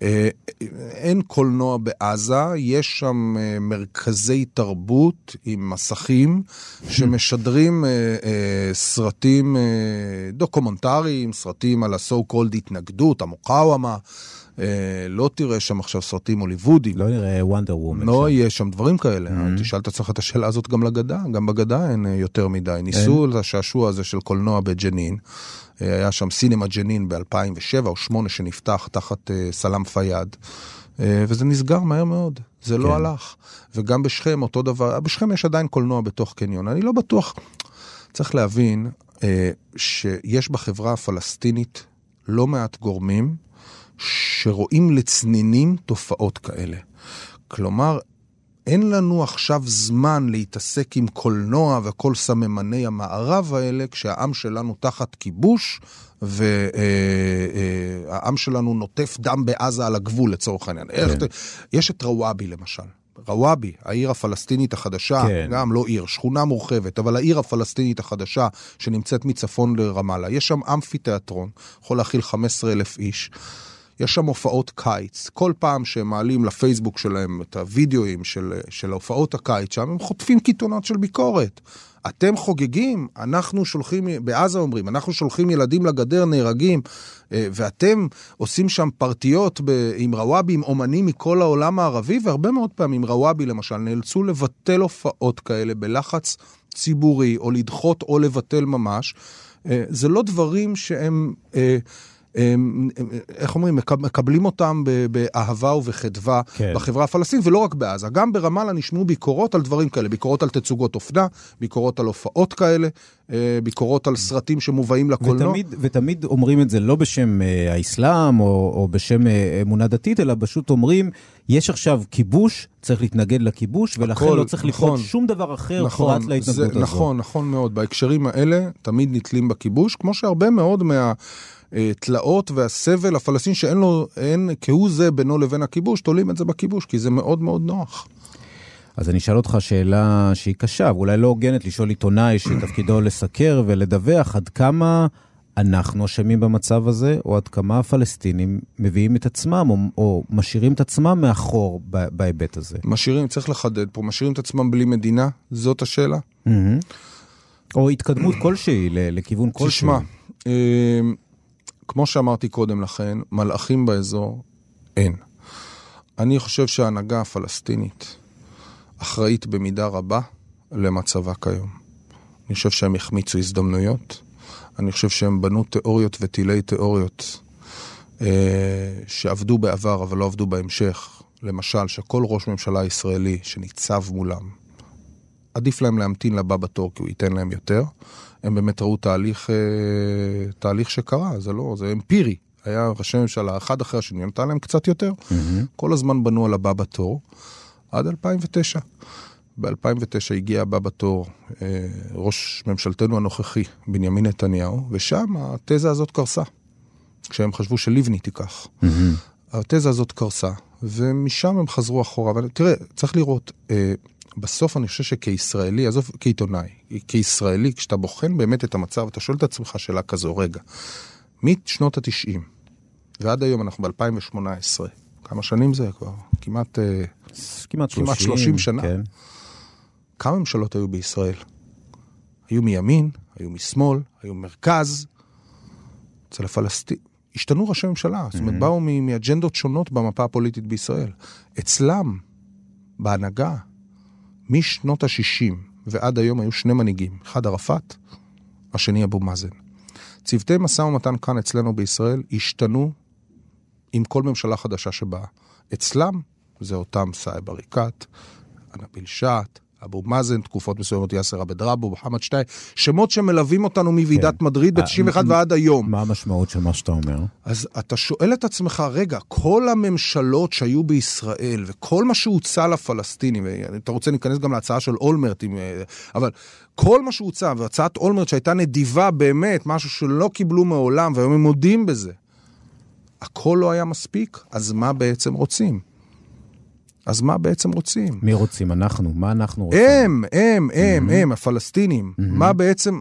אין קולנוע בעזה, יש שם מרכזי תרבות עם מסכים שמשדרים סרטים דוקומנטריים, סרטים על ה-so called התנגדות, המוקאוומה. לא תראה שם עכשיו סרטים הוליוודים. לא נראה וונדר וומן. לא יהיה שם דברים כאלה. תשאל את עצמך את השאלה הזאת גם לגדה. גם בגדה אין יותר מדי. ניסו את השעשוע הזה של קולנוע בג'נין. היה שם סינמה ג'נין ב-אלפיים ושבע או שמונה שנפתח תחת סלאם פייד. וזה נסגר מהר מאוד. זה לא הלך. וגם בשכם אותו דבר. בשכם יש עדיין קולנוע בתוך קניון. אני לא בטוח. צריך להבין שיש בחברה הפלסטינית לא מעט גורמים שרואים לצנינים תופעות כאלה. כלומר, אין לנו עכשיו זמן להתעסק עם קולנוע וכל סממני המערב האלה, כשהעם שלנו תחת כיבוש, והעם שלנו נוטף דם בעזה על הגבול לצורך העניין. כן. יש את רוואבי למשל. רוואבי, העיר הפלסטינית החדשה, כן. גם לא עיר, שכונה מורחבת, אבל העיר הפלסטינית החדשה שנמצאת מצפון לרמאללה. יש שם אמפיתיאטרון, יכול להכיל חמישה עשר אלף איש. יש שם הופעות קיץ. כל פעם שהם מעלים לפייסבוק שלהם את הוידאוים של, של הופעות הקיץ שם, הם חוטפים קיתונות של ביקורת. אתם חוגגים, אנחנו שולחים, בעזה אומרים, אנחנו שולחים ילדים לגדר, נהרגים, ואתם עושים שם פרטיות עם רוואבי, עם אומנים מכל העולם הערבי, והרבה מאוד פעמים רוואבי למשל נאלצו לבטל הופעות כאלה בלחץ ציבורי, או לדחות או לבטל ממש. זה לא דברים שהם... איך אומרים, מקבלים אותם באהבה ובחדווה כן. בחברה הפלסטינית, ולא רק בעזה. גם ברמאללה נשמעו ביקורות על דברים כאלה, ביקורות על תצוגות אופנה, ביקורות על הופעות כאלה, ביקורות על סרטים שמובאים לקולנוע. ותמיד, ותמיד אומרים את זה לא בשם האסלאם או, או בשם אמונה דתית, אלא פשוט אומרים, יש עכשיו כיבוש, צריך להתנגד לכיבוש, ולכן הכל, לא צריך נכון, לקרות שום דבר אחר נכון, פרט להתנגדות זה, הזו. נכון, נכון מאוד. בהקשרים האלה תמיד נתלים בכיבוש, כמו שהרבה מאוד מה... תלאות והסבל הפלסטין שאין לו, אין כהוא זה בינו לבין הכיבוש, תולים את זה בכיבוש, כי זה מאוד מאוד נוח. אז אני אשאל אותך שאלה שהיא קשה, ואולי לא הוגנת לשאול עיתונאי שתפקידו לסקר ולדווח, עד כמה אנחנו אשמים במצב הזה, או עד כמה הפלסטינים מביאים את עצמם, או, או משאירים את עצמם מאחור בהיבט הזה? משאירים, צריך לחדד פה, משאירים את עצמם בלי מדינה, זאת השאלה? Mm-hmm. או התקדמות כלשהי, לכיוון כלשהי. תשמע, אה... כמו שאמרתי קודם לכן, מלאכים באזור אין. אני חושב שההנהגה הפלסטינית אחראית במידה רבה למצבה כיום. אני חושב שהם החמיצו הזדמנויות, אני חושב שהם בנו תיאוריות וטילי תיאוריות אה, שעבדו בעבר אבל לא עבדו בהמשך. למשל, שכל ראש ממשלה ישראלי שניצב מולם, עדיף להם להמתין לבא בתור כי הוא ייתן להם יותר. הם באמת ראו תהליך, תהליך שקרה, זה לא, זה אמפירי. היה ראשי ממשלה אחד אחרי השני, נתן להם קצת יותר. Mm-hmm. כל הזמן בנו על הבא בתור, עד אלפיים ותשע. ב-אלפיים ותשע הגיע הבא בתור, ראש ממשלתנו הנוכחי, בנימין נתניהו, ושם התזה הזאת קרסה. כשהם חשבו שליבני תיקח. Mm-hmm. התזה הזאת קרסה, ומשם הם חזרו אחורה. אבל תראה, צריך לראות... בסוף אני חושב שכישראלי, עזוב כעיתונאי, כישראלי, כשאתה בוחן באמת את המצב, אתה שואל את עצמך שאלה כזו, רגע, משנות ה-תשעים, ועד היום אנחנו ב-אלפיים ושמונה עשרה, כמה שנים זה כבר? כמעט, כמעט כמעט שלושים שנה. כן. כמה ממשלות היו בישראל? היו מימין, היו משמאל, היו מרכז, אצל הפלסטין. השתנו ראשי ממשלה, זאת אומרת, באו מאג'נדות שונות במפה הפוליטית בישראל. אצלם, בהנהגה, משנות ה-שישים ועד היום היו שני מנהיגים, אחד ערפאת, השני אבו מאזן. צוותי משא ומתן כאן אצלנו בישראל השתנו עם כל ממשלה חדשה שבאה. אצלם זה אותם סאיב עריקאת, נביל שעת', אבו מאזן, תקופות מסוימות יאסר עבד רבו, מוחמד שטאי, שמות שמלווים אותנו מוועידת כן. מדריד ב-תשעים ואחת ועד היום. מה המשמעות של מה שאתה אומר? אז אתה שואל את עצמך, רגע, כל הממשלות שהיו בישראל, וכל מה שהוצע לפלסטינים, אתה רוצה להיכנס גם להצעה של אולמרט, אבל כל מה שהוצע, והצעת אולמרט שהייתה נדיבה באמת, משהו שלא קיבלו מעולם, והיום הם מודים בזה, הכל לא היה מספיק, אז מה בעצם רוצים? אז מה בעצם רוצים? מי רוצים? אנחנו. מה אנחנו רוצים? הם, הם, הם, הם, הפלסטינים. מה בעצם...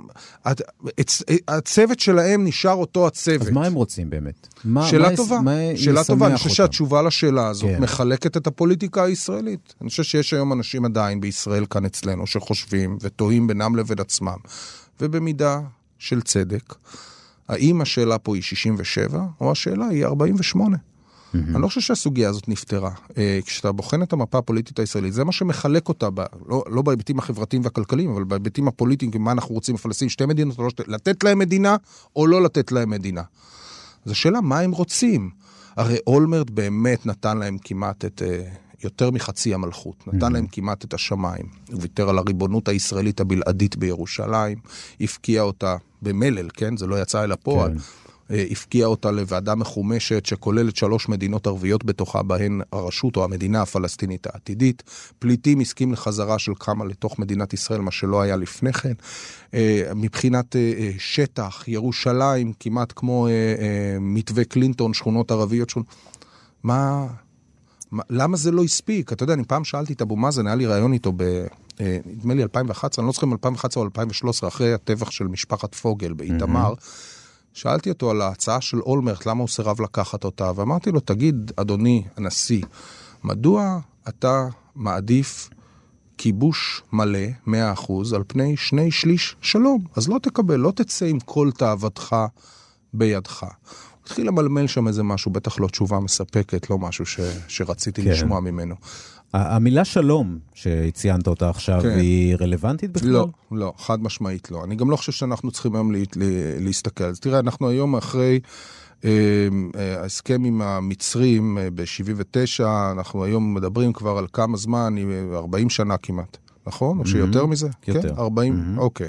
הצוות שלהם נשאר אותו הצוות. אז מה הם רוצים באמת? שאלה טובה. שאלה טובה. אני חושב שהתשובה לשאלה הזאת מחלקת את הפוליטיקה הישראלית. אני חושב שיש היום אנשים עדיין בישראל כאן אצלנו שחושבים ותוהים בינם לבין עצמם. ובמידה של צדק, האם השאלה פה היא שישים ושבע או השאלה היא ארבעים ושמונה? אני לא חושב שהסוגיה הזאת נפתרה. כשאתה בוחן את המפה הפוליטית הישראלית, זה מה שמחלק אותה, לא בהיבטים החברתיים והכלכליים, אבל בהיבטים הפוליטיים, מה אנחנו רוצים לפלסטין, שתי מדינות, לתת להם מדינה או לא לתת להם מדינה. אז השאלה, מה הם רוצים? הרי אולמרט באמת נתן להם כמעט את, יותר מחצי המלכות, נתן להם כמעט את השמיים. הוא ויתר על הריבונות הישראלית הבלעדית בירושלים, הפקיע אותה במלל, כן? זה לא יצא אל הפועל. הפקיע אותה לוועדה מחומשת שכוללת שלוש מדינות ערביות בתוכה, בהן הרשות או המדינה הפלסטינית העתידית. פליטים הסכים לחזרה של כמה לתוך מדינת ישראל, מה שלא היה לפני כן. מבחינת שטח, ירושלים, כמעט כמו מתווה קלינטון, שכונות ערביות שונות. מה, מה, למה זה לא הספיק? אתה יודע, אני פעם שאלתי את אבו מאזן, היה לי רעיון איתו ב... נדמה לי אלפיים ואחת עשרה, אני לא זוכר אם אלפיים ואחת עשרה או אלפיים ושלוש עשרה, אחרי הטבח של משפחת פוגל באיתמר, שאלתי אותו על ההצעה של אולמרט, למה הוא סירב לקחת אותה, ואמרתי לו, תגיד, אדוני הנשיא, מדוע אתה מעדיף כיבוש מלא, מאה אחוז, על פני שני שליש שלום? אז לא תקבל, לא תצא עם כל תאוותך בידך. הוא התחיל למלמל שם איזה משהו, בטח לא תשובה מספקת, לא משהו ש, שרציתי כן. לשמוע ממנו. המילה שלום שציינת אותה עכשיו, כן. היא רלוונטית בכלל? לא, לא, חד משמעית לא. אני גם לא חושב שאנחנו צריכים היום לה, לה, להסתכל. אז תראה, אנחנו היום אחרי ההסכם עם המצרים ב-שבעים ותשע, אנחנו היום מדברים כבר על כמה זמן, ארבעים שנה כמעט, נכון? או שיותר מזה? יותר. ארבעים? אוקיי.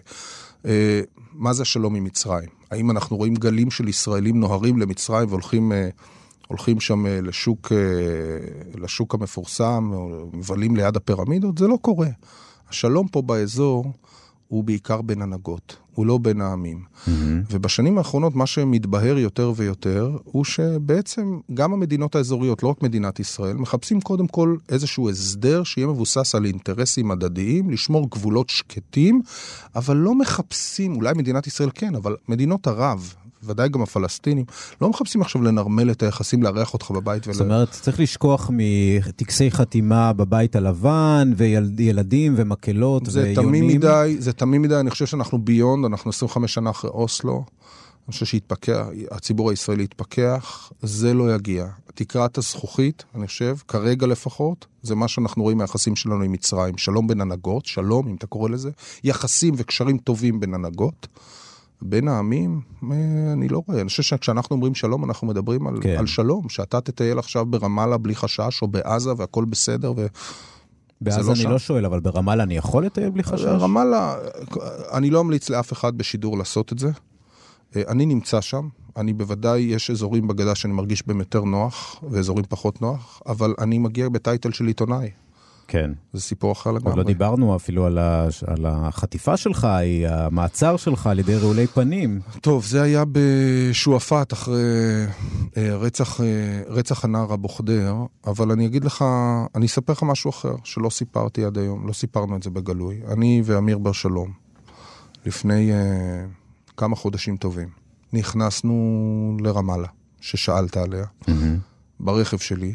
מה זה השלום עם מצרים? האם אנחנו רואים גלים של ישראלים נוהרים למצרים והולכים הולכים שם לשוק, לשוק המפורסם, או מבלים ליד הפירמידות? זה לא קורה. השלום פה באזור הוא בעיקר בין הנהגות, הוא לא בין העמים. Mm-hmm. ובשנים האחרונות מה שמתבהר יותר ויותר, הוא שבעצם גם המדינות האזוריות, לא רק מדינת ישראל, מחפשים קודם כל איזשהו הסדר שיהיה מבוסס על אינטרסים מדדיים, לשמור גבולות שקטים, אבל לא מחפשים, אולי מדינת ישראל כן, אבל מדינות ערב, ודאי גם הפלסטינים, לא מחפשים עכשיו לנרמל את היחסים, לארח אותך בבית. זאת אומרת, צריך לשכוח מטקסי חתימה בבית הלבן, וילדים ומקלות ויונים. זה תמים מדי, זה תמים מדי, אני חושב שאנחנו ביונד, אנחנו עשרים וחמש שנה אחרי אוסלו, אני חושב שהתפקח, הציבור הישראלי התפקח, זה לא יגיע. תקרת הזכוכית, אני חושב, כרגע לפחות, זה מה שאנחנו רואים מהיחסים שלנו עם מצרים, שלום בין הנהגות, שלום, אם אתה קורא לזה, יחסים וקשרים טובים בין הנהגות, בין העמים, אני לא רואה. אני חושב שכשאנחנו אומרים שלום, אנחנו מדברים על, כן. על שלום, שאתה תטייל עכשיו ברמאללה בלי חשש, או בעזה, והכל בסדר, ו... בעזה לא אני שם. לא שואל, אבל ברמאללה אני יכול לטייל בלי חשש? ברמאללה, אני לא אמליץ לאף אחד בשידור לעשות את זה. אני נמצא שם, אני בוודאי, יש אזורים בגדה שאני מרגיש בהם יותר נוח, ואזורים פחות נוח, אבל אני מגיע בטייטל של עיתונאי. כן. זה סיפור אחר לגמרי. עוד לא דיברנו אפילו על, ה... על החטיפה שלך, המעצר שלך על ידי רעולי פנים. טוב, זה היה בשועפאט אחרי רצח, רצח הנער אבו ח'דיר, אבל אני אגיד לך, אני אספר לך משהו אחר, שלא סיפרתי עד היום, לא סיפרנו את זה בגלוי. אני ואמיר בר שלום, לפני uh, כמה חודשים טובים, נכנסנו לרמאללה, ששאלת עליה, mm-hmm. ברכב שלי,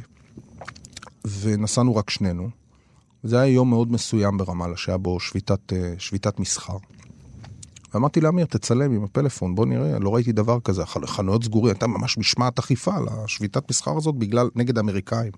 ונסענו רק שנינו, זה היה יום מאוד מסוים ברמאללה, שהיה בו שביתת, שביתת מסחר. ואמרתי לאמיר, תצלם עם הפלאפון, בוא נראה, לא ראיתי דבר כזה, חנויות סגורים, הייתה ממש משמעת אכיפה על השביתת מסחר הזאת, בגלל, נגד האמריקאים.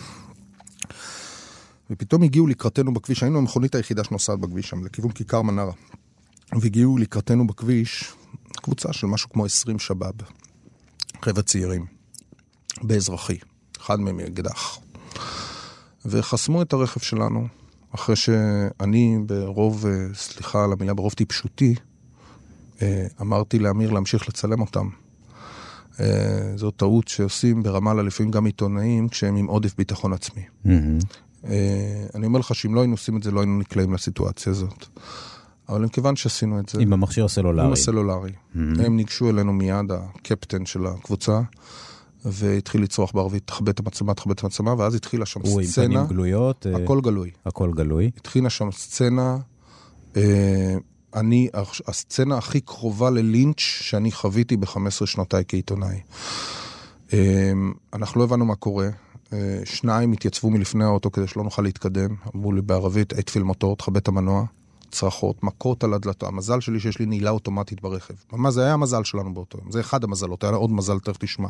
ופתאום הגיעו לקראתנו בכביש, היינו המכונית היחידה שנוסעת בכביש שם, לכיוון כיכר מנרה. והגיעו לקראתנו בכביש, קבוצה של משהו כמו עשרים שבאב, חבר'ה צעירים, באזרחי, אחד מהם אקדח. וחסמו את הרכב שלנו, אחרי שאני ברוב, סליחה על המילה, ברוב טיפשותי, אמרתי לאמיר להמשיך לצלם אותם. זו טעות שעושים ברמאללה לפעמים גם עיתונאים, כשהם עם עודף ביטחון עצמי. Mm-hmm. אני אומר לך שאם לא היינו עושים את זה, לא היינו נקלעים לסיטואציה הזאת. אבל מכיוון שעשינו את זה... עם המכשיר הסלולרי. עם הסלולרי. Mm-hmm. הם ניגשו אלינו מיד, הקפטן של הקבוצה, והתחיל לצרוח בערבית, תחבא את המצלמה, תחבא את המצלמה, ואז התחילה שם הוא סצנה... עם פנים גלויות. הכל גלוי. הכל גלוי. התחילה שם סצנה, אה, אני, הסצנה הכי קרובה ללינץ' שאני חוויתי ב-חמש עשרה שנותיי כעיתונאי. אה, אנחנו לא הבנו מה קורה, אה, שניים התייצבו מלפני האוטו כדי שלא נוכל להתקדם, אמרו לי בערבית, אטפיל מוטור, תחבא את המנוע, צרחות, מכות על הדלתו. המזל שלי שיש לי נעילה אוטומטית ברכב. מה זה היה המזל שלנו באותו יום. זה אחד המזלות, היה עוד מזל, תכף תשמע.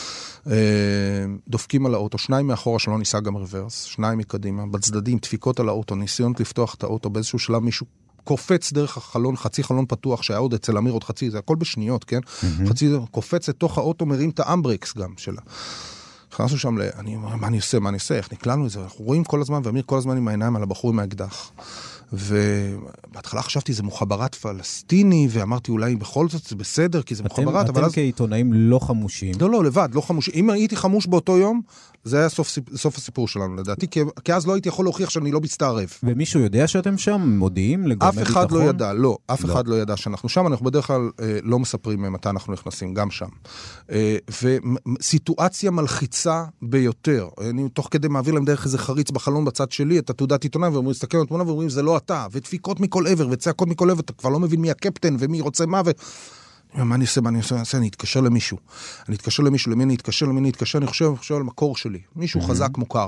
דופקים על האוטו, שניים מאחורה שלא ניסה גם רוורס, שניים מקדימה, בצדדים, דפיקות על האוטו, ניסיונות לפתוח את האוטו, באיזשהו שלב מישהו קופץ דרך החלון, חצי חלון פתוח, שהיה עוד אצל אמיר עוד חצי, זה הכל בשניות, כן? חצי קופץ לתוך האוטו, מרים את האמברקס גם שלה. נכנסנו שם, אני אומר, מה אני עושה, מה אני עושה, איך נקלענו את זה? אנחנו רואים כל הזמן, ואמיר כל הזמן עם העיניים על הבחור עם האקדח. ובהתחלה חשבתי, זה מוחברת פלסטיני, ואמרתי, אולי בכל זאת זה בסדר, כי זה מוחברת. אתם כעיתונאים לא חמושים? לא, לא, לבד, לא חמושים. אם הייתי חמוש באותו יום, זה היה סוף הסיפור שלנו, לדעתי, כי אז לא הייתי יכול להוכיח שאני לא מצטערב. ומישהו יודע שאתם שם? מודיעים לגורמי ביטחון? אף אחד לא ידע, לא, אף אחד לא ידע שאנחנו שם, אנחנו בדרך כלל לא מספרים מתי אנחנו נכנסים, גם שם. וסיטואציה מלחיצה ביותר. אני תוך כדי מעביר להם דרך איזה חריץ בחלון בצד שלי, את התעודת עיתונאי, ואומרים, מסתכל על התמונה ואומרים, זה לא אתה, ודפיקות מכל עבר, וצעקות מכל עבר, אתה כבר לא מבין מי הקפטן ומי רוצה מה, ו... מה אני עושה, מה אני עושה, אני אתקשר למישהו, אני אתקשר למישהו, למי אני אתקשר, למי אני אתקשר, אני חושב, חושב על מקור שלי, מישהו חזק מוכר,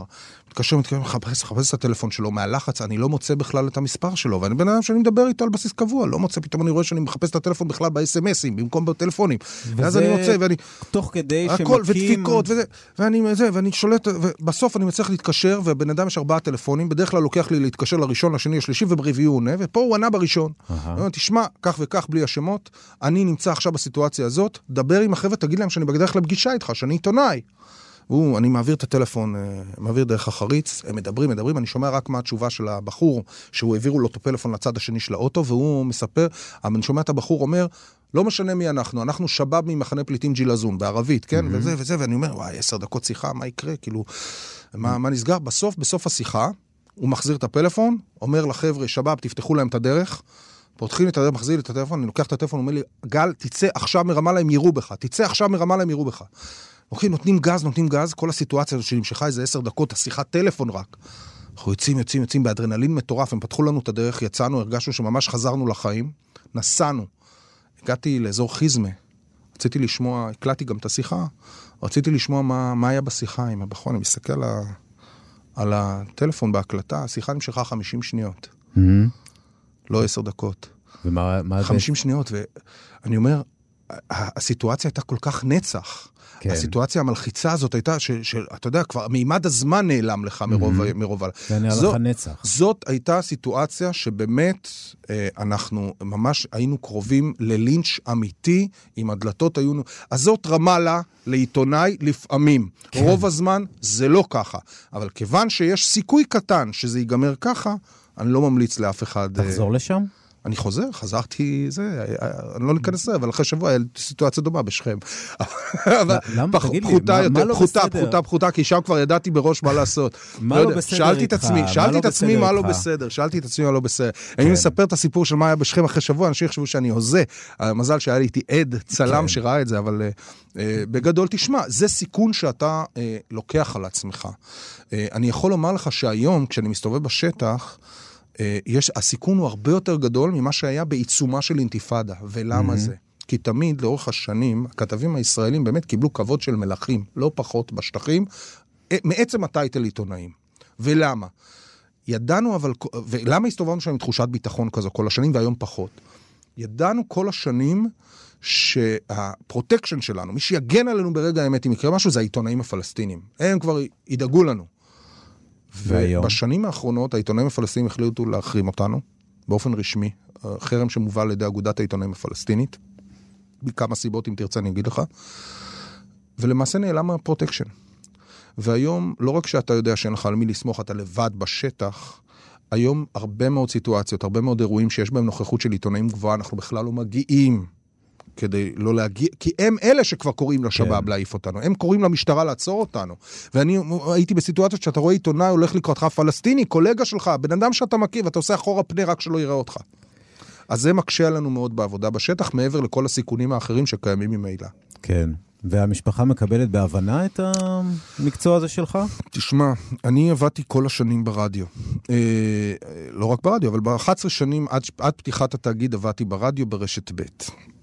מתקשר, מתקשר, מחפש, מחפש את הטלפון שלו, מהלחץ, אני לא מוצא בכלל את המספר שלו, ואני בן אדם שאני מדבר איתו על בסיס קבוע, לא מוצא, פתאום אני רואה שאני מחפש את הטלפון בכלל ב-אס אם אסים, במקום בטלפונים. ואז אני מוצא, ואני... תוך כדי הכל, שמקים... ודפיקות, וזה, ואני, זה, ואני שולט, ובסוף אני מצליח להתקשר, ובן אדם יש ארבעה טלפונים, בדרך כלל לוקח לי להתקשר לראשון, לשני, לשלישי, וברביעי הוא עונה, ופה הוא ענה בראשון. תשמע, כך וכך, בלי השמות, אני נמצא עכשיו בסיטואציה הזאת, דבר עם החבר'ה, תגיד להם שאני בדרך כלל בפגישה איתך, שאני עיתונאי. הוא, אני מעביר את הטלפון, מעביר דרך החריץ, הם מדברים, מדברים, אני שומע רק מה התשובה של הבחור, שהוא העבירו לו את הפלאפון לצד השני של האוטו, והוא מספר, אני שומע את הבחור אומר, לא משנה מי אנחנו, אנחנו שבאב ממחנה פליטים ג'ילזון, בערבית, כן? Mm-hmm. וזה וזה, ואני אומר, וואי, עשר דקות שיחה, מה יקרה? כאילו, מה, מה נסגר? בסוף, בסוף השיחה, הוא מחזיר את הפלאפון, אומר לחבר'ה, שבאב, תפתחו להם את הדרך, פותחים את הדרך, מחזיר לי את הטלפון, אני לוקח את הטלפון, הוא אומר לי, גל, תצא עכשיו מרמאללה, הם יראו בך, תצא עכשיו מרמאללה, הם יראו בך. אוקיי, נותנים גז, נותנים גז, כל הסיטואציה הזאת שנמשכה איזה עשר דקות, השיחת טלפון רק. אנחנו יוצאים, יוצאים, יוצאים, באדרנלין מטורף, הם פתחו לנו את הדרך, יצאנו, הרגשנו שממש חזרנו לחיים, נסענו. הגעתי לאזור חיזמה, רציתי לשמוע, הקלטתי גם את השיחה, רציתי לשמוע מה, מה היה בשיחה עם הבחור, אני מסתכל על, ה, על הטלפון בהקלטה, השיחה נמשכה חמישים שניות. Mm-hmm. לא עשר דקות. ומה, מה חמישים זה? שניות, ואני אומר, הסיטואציה הייתה כל כך נצח. כן. הסיטואציה המלחיצה הזאת הייתה, שאתה יודע, כבר מימד הזמן נעלם לך מרוב, mm-hmm. מרוב. זה נעלם לך נצח. זאת הייתה סיטואציה שבאמת אנחנו ממש היינו קרובים ללינץ' אמיתי, עם הדלתות היו... אז זאת רמאללה לעיתונאי לפעמים. כן. רוב הזמן זה לא ככה. אבל כיוון שיש סיכוי קטן שזה ייגמר ככה, אני לא ממליץ לאף אחד... תחזור לשם? אני חוזר, חזרתי, זה, אני לא ניכנס לזה, אבל אחרי שבוע היה סיטואציה דומה בשכם. למה? תגיד לי, מה לא בסדר? פחותה, פחותה, פחותה, כי שם כבר ידעתי בראש מה לעשות. מה לא בסדר איתך? שאלתי את עצמי מה לא בסדר, שאלתי את עצמי מה לא בסדר. אני מספר את הסיפור של מה היה בשכם אחרי שבוע, אנשים יחשבו שאני הוזה. המזל שהיה לי איתי עד, צלם שראה את זה, אבל בגדול תשמע, זה סיכון שאתה לוקח על עצמך. אני יכול לומר לך שהיום, כשאני מסתובב בשטח, יש, הסיכון הוא הרבה יותר גדול ממה שהיה בעיצומה של אינתיפאדה. ולמה mm-hmm. זה? כי תמיד לאורך השנים, הכתבים הישראלים באמת קיבלו כבוד של מלכים, לא פחות בשטחים, מעצם הטייטל עיתונאים. ולמה? ידענו אבל, ולמה הסתובבנו שם עם תחושת ביטחון כזו כל השנים והיום פחות? ידענו כל השנים שהפרוטקשן שלנו, מי שיגן עלינו ברגע האמת אם יקרה משהו, זה העיתונאים הפלסטינים. הם כבר ידאגו לנו. ובשנים האחרונות העיתונאים הפלסטינים החליטו להחרים אותנו באופן רשמי, חרם שמובל לידי אגודת העיתונאים הפלסטינית, בכמה סיבות אם תרצה אני אגיד לך, ולמעשה נעלם הפרוטקשן. והיום לא רק שאתה יודע שאין לך על מי לסמוך, אתה לבד בשטח, היום הרבה מאוד סיטואציות, הרבה מאוד אירועים שיש בהם נוכחות של עיתונאים גבוהה, אנחנו בכלל לא מגיעים כדי לא להגיע, כי הם אלה שכבר קוראים לשבאב להעיף אותנו, הם קוראים למשטרה לעצור אותנו, ואני הייתי בסיטואציות שאתה רואה עיתונאי הולך לקראתך פלסטיני, קולגה שלך, בן אדם שאתה מכיר, ואתה עושה אחורה פני רק שלא יראה אותך. אז זה מקשה לנו מאוד בעבודה בשטח, מעבר לכל הסיכונים האחרים שקיימים ממילא. כן, והמשפחה מקבלת בהבנה את המקצוע הזה שלך? תשמע, אני עבדתי כל השנים ברדיו. אה, לא רק ברדיו, אבל ב-אחת עשרה שנים עד, עד פתיחת התאגיד עבדתי ברדיו ברשת ב'.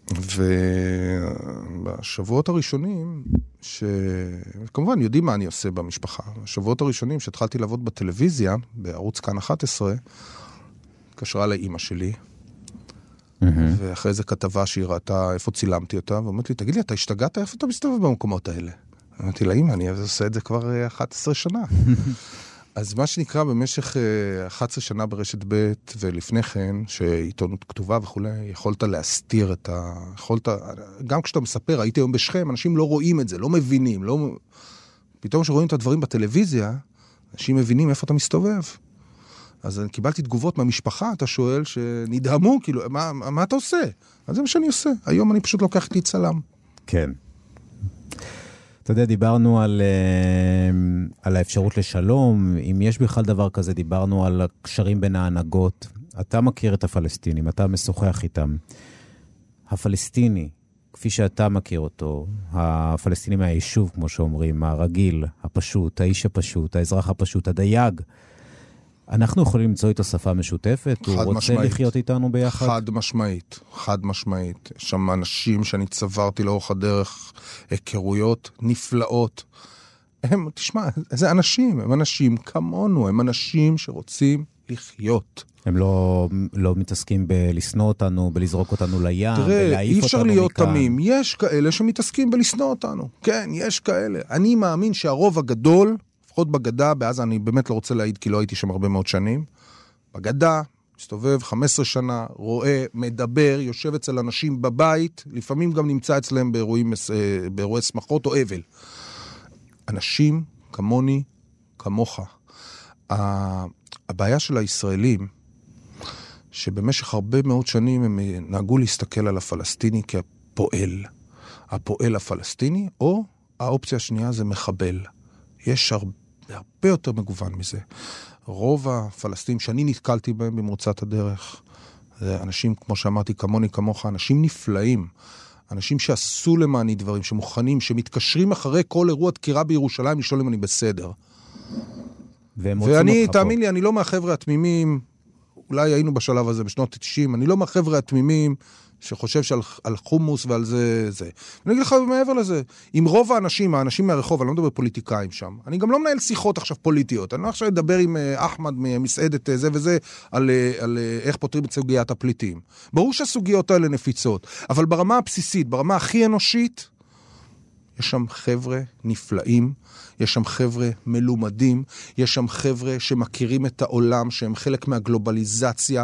ובשבועות הראשונים, שכמובן יודעים מה אני עושה במשפחה, השבועות הראשונים שהתחלתי לעבוד בטלוויזיה, בערוץ כאן אחת עשרה, קשרה לאמא שלי, ואחרי זה כתבה שהיא ראתה איפה צילמתי אותה, ואומרת לי, תגיד לי, אתה השתגעת? איפה אתה מסתובב במקומות האלה? אמרתי לה, אמא, אני עושה את זה כבר אחת עשרה שנה. אז מה שנקרא במשך אחת עשרה שנה ברשת ב' ולפני כן, שעיתונות כתובה וכו', יכולת להסתיר את ה... יכולת... גם כשאתה מספר, הייתי היום בשכם, אנשים לא רואים את זה, לא מבינים, לא... פתאום שרואים את הדברים בטלוויזיה, אנשים מבינים איפה אתה מסתובב. אז אני קיבלתי תגובות מהמשפחה, אתה שואל, שנדהמו, כאילו, מה, מה אתה עושה? אז זה מה שאני עושה. היום אני פשוט לוקח איתי צלם. כן. אתה יודע, דיברנו על, על האפשרות לשלום, אם יש בכלל דבר כזה, דיברנו על הקשרים בין ההנהגות. אתה מכיר את הפלסטינים, אתה משוחח איתם. הפלסטיני, כפי שאתה מכיר אותו, הפלסטיני מהיישוב, כמו שאומרים, הרגיל, הפשוט, האיש הפשוט, האזרח הפשוט, הדייג, אנחנו יכולים למצוא איתו שפה משותפת? הוא רוצה משמעית. לחיות איתנו ביחד? חד משמעית, חד משמעית. יש שם אנשים שאני צברתי לאורך הדרך, היכרויות נפלאות. הם, תשמע, זה אנשים, הם אנשים כמונו, הם אנשים שרוצים לחיות. הם לא, לא מתעסקים בלסנוע אותנו, בלזרוק אותנו לים, תראה, אי אפשר להיות תמים. יש כאלה שמתעסקים בלסנוע אותנו. כן, יש כאלה. אני מאמין שהרוב הגדול, לפחות בגדה, בעזה אני באמת לא רוצה להעיד, כי לא הייתי שם הרבה מאוד שנים, בגדה, מסתובב חמש עשרה שנה, רואה, מדבר, יושב אצל אנשים בבית, לפעמים גם נמצא אצלם באירועים, באירועי שמחות או אבל. אנשים כמוני, כמוך. הבעיה של הישראלים, שבמשך הרבה מאוד שנים הם נהגו להסתכל על הפלסטיני כפועל. הפועל הפלסטיני, או האופציה השנייה זה מחבל. יש הרבה, הרבה יותר מגוון מזה. רוב הפלסטינים שאני נתקלתי בהם במרוצת הדרך, זה אנשים, כמו שאמרתי, כמוני, כמוך, אנשים נפלאים. אנשים שעשו למעני דברים, שמוכנים, שמתקשרים אחרי כל אירוע דקירה בירושלים, לשאול אם אני בסדר. ואני, תאמין לי, אני לא מהחבר'ה התמימים, אולי היינו בשלב הזה בשנות ה-תשעים, אני לא מהחבר'ה התמימים שחושב שעל חומוס ועל זה, זה. אני אגיד לך מעבר לזה, עם רוב האנשים, האנשים מהרחוב, אני לא מדבר פוליטיקאים שם, אני גם לא מנהל שיחות עכשיו פוליטיות, אני לא עכשיו אדבר עם אחמד ממסעדת זה וזה, על, על איך פותרים את סוגיית הפליטים. ברור שהסוגיות האלה נפיצות, אבל ברמה הבסיסית, ברמה הכי אנושית, יש שם חבר'ה נפלאים, יש שם חבר'ה מלומדים, יש שם חבר'ה שמכירים את העולם, שהם חלק מהגלובליזציה,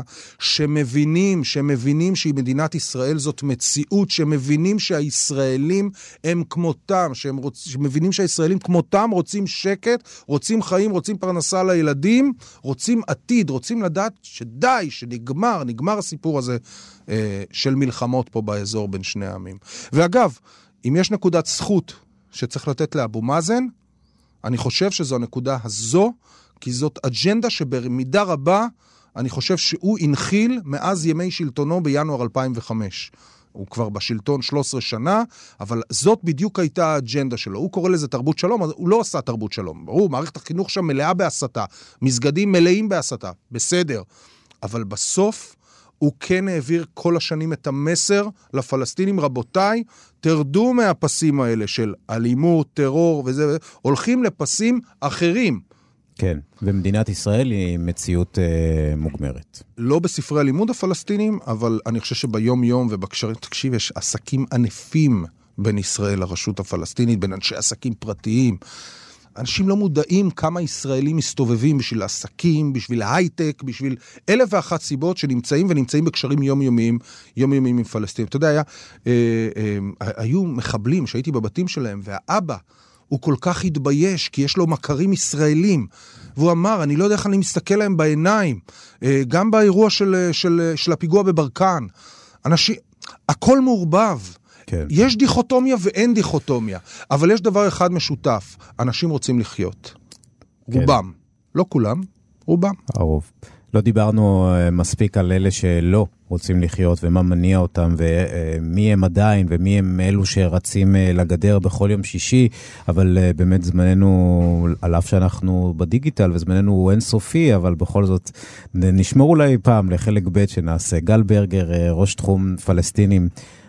שמבינים, שמבינים שהיא מדינת ישראל זאת מציאות, שמבינים שהישראלים הם כמותם, שהם רוצ, שמבינים שהישראלים כמותם רוצים שקט, רוצים חיים, רוצים פרנסה לילדים, רוצים עתיד, רוצים לדעת שדי, שנגמר, נגמר הסיפור הזה אה, של מלחמות פה באזור בין שני העמים. ואגב, אם יש נקודת זכות שצריך לתת לאבו מאזן, אני חושב שזו הנקודה הזו, כי זאת אג'נדה שבמידה רבה, אני חושב שהוא הנחיל מאז ימי שלטונו בינואר אלפיים וחמש. הוא כבר בשלטון שלוש עשרה שנה, אבל זאת בדיוק הייתה האג'נדה שלו. הוא קורא לזה תרבות שלום, הוא לא עשה תרבות שלום. ברור, מערכת החינוך שם מלאה בהסתה, מסגדים מלאים בהסתה, בסדר. אבל בסוף, הוא כן העביר כל השנים את המסר לפלסטינים, רבותיי, תרדו מהפסים האלה של אלימות, טרור וזה, הולכים לפסים אחרים. כן, ומדינת ישראל היא מציאות אה, מוגמרת. לא בספרי הלימוד הפלסטינים, אבל אני חושב שביום יום ובקשרים, תקשיב, יש עסקים ענפים בין ישראל לרשות הפלסטינית, בין אנשי עסקים פרטיים, אנשים לא מודעים כמה ישראלים מסתובבים בשביל העסקים, בשביל ההייטק, בשביל אלף ואחת סיבות שנמצאים ונמצאים בקשרים יומיומיים, יומיומיים עם פלסטינים. אתה יודע, היה, אה, אה, היו מחבלים שהייתי בבתים שלהם, והאבא הוא כל כך התבייש, כי יש לו מכרים ישראלים, והוא אמר, אני לא יודע איך אני מסתכל להם בעיניים, אה, גם באירוע של, של, של הפיגוע בברקן. אנשים, הכל מעורבב. כן. יש דיכוטומיה ואין דיכוטומיה, אבל יש דבר אחד משותף, אנשים רוצים לחיות. כן. רובם, לא כולם, רובם. הרוב. לא דיברנו מספיק על אלה שלא רוצים לחיות ומה מניע אותם ומי הם עדיין ומי הם אלו שרצים לגדר בכל יום שישי, אבל באמת זמננו, על אף שאנחנו בדיגיטל וזמננו הוא אינסופי, אבל בכל זאת נשמור אולי פעם לחלק ב' שנעשה. גל ברגר, ראש תחום פלסטינים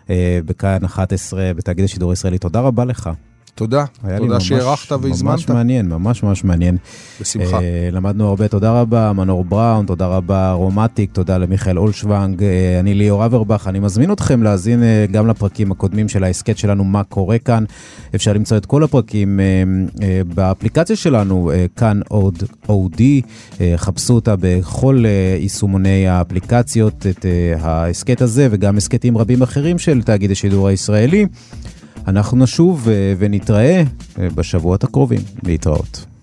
בכאן אחת עשרה בתאגיד השידור הישראלי, תודה רבה לך. תודה, תודה שהערכת והזמנת. ממש מעניין, ממש ממש מעניין. בשמחה. למדנו הרבה, תודה רבה, מנור בראון, תודה רבה, רומטיק, תודה למיכאל אולשוונג, אני ליאור אברבך, אני מזמין אתכם להאזין גם לפרקים הקודמים של העסקת שלנו, מה קורה כאן. אפשר למצוא את כל הפרקים באפליקציה שלנו, כאן עוד אודי, חפשו אותה בכל יישומוני האפליקציות, את העסקת הזה, וגם עסקתים רבים אחרים של תאגיד השידור הישראלי. אנחנו נשוב ונתראה בשבועות הקרובים. להתראות.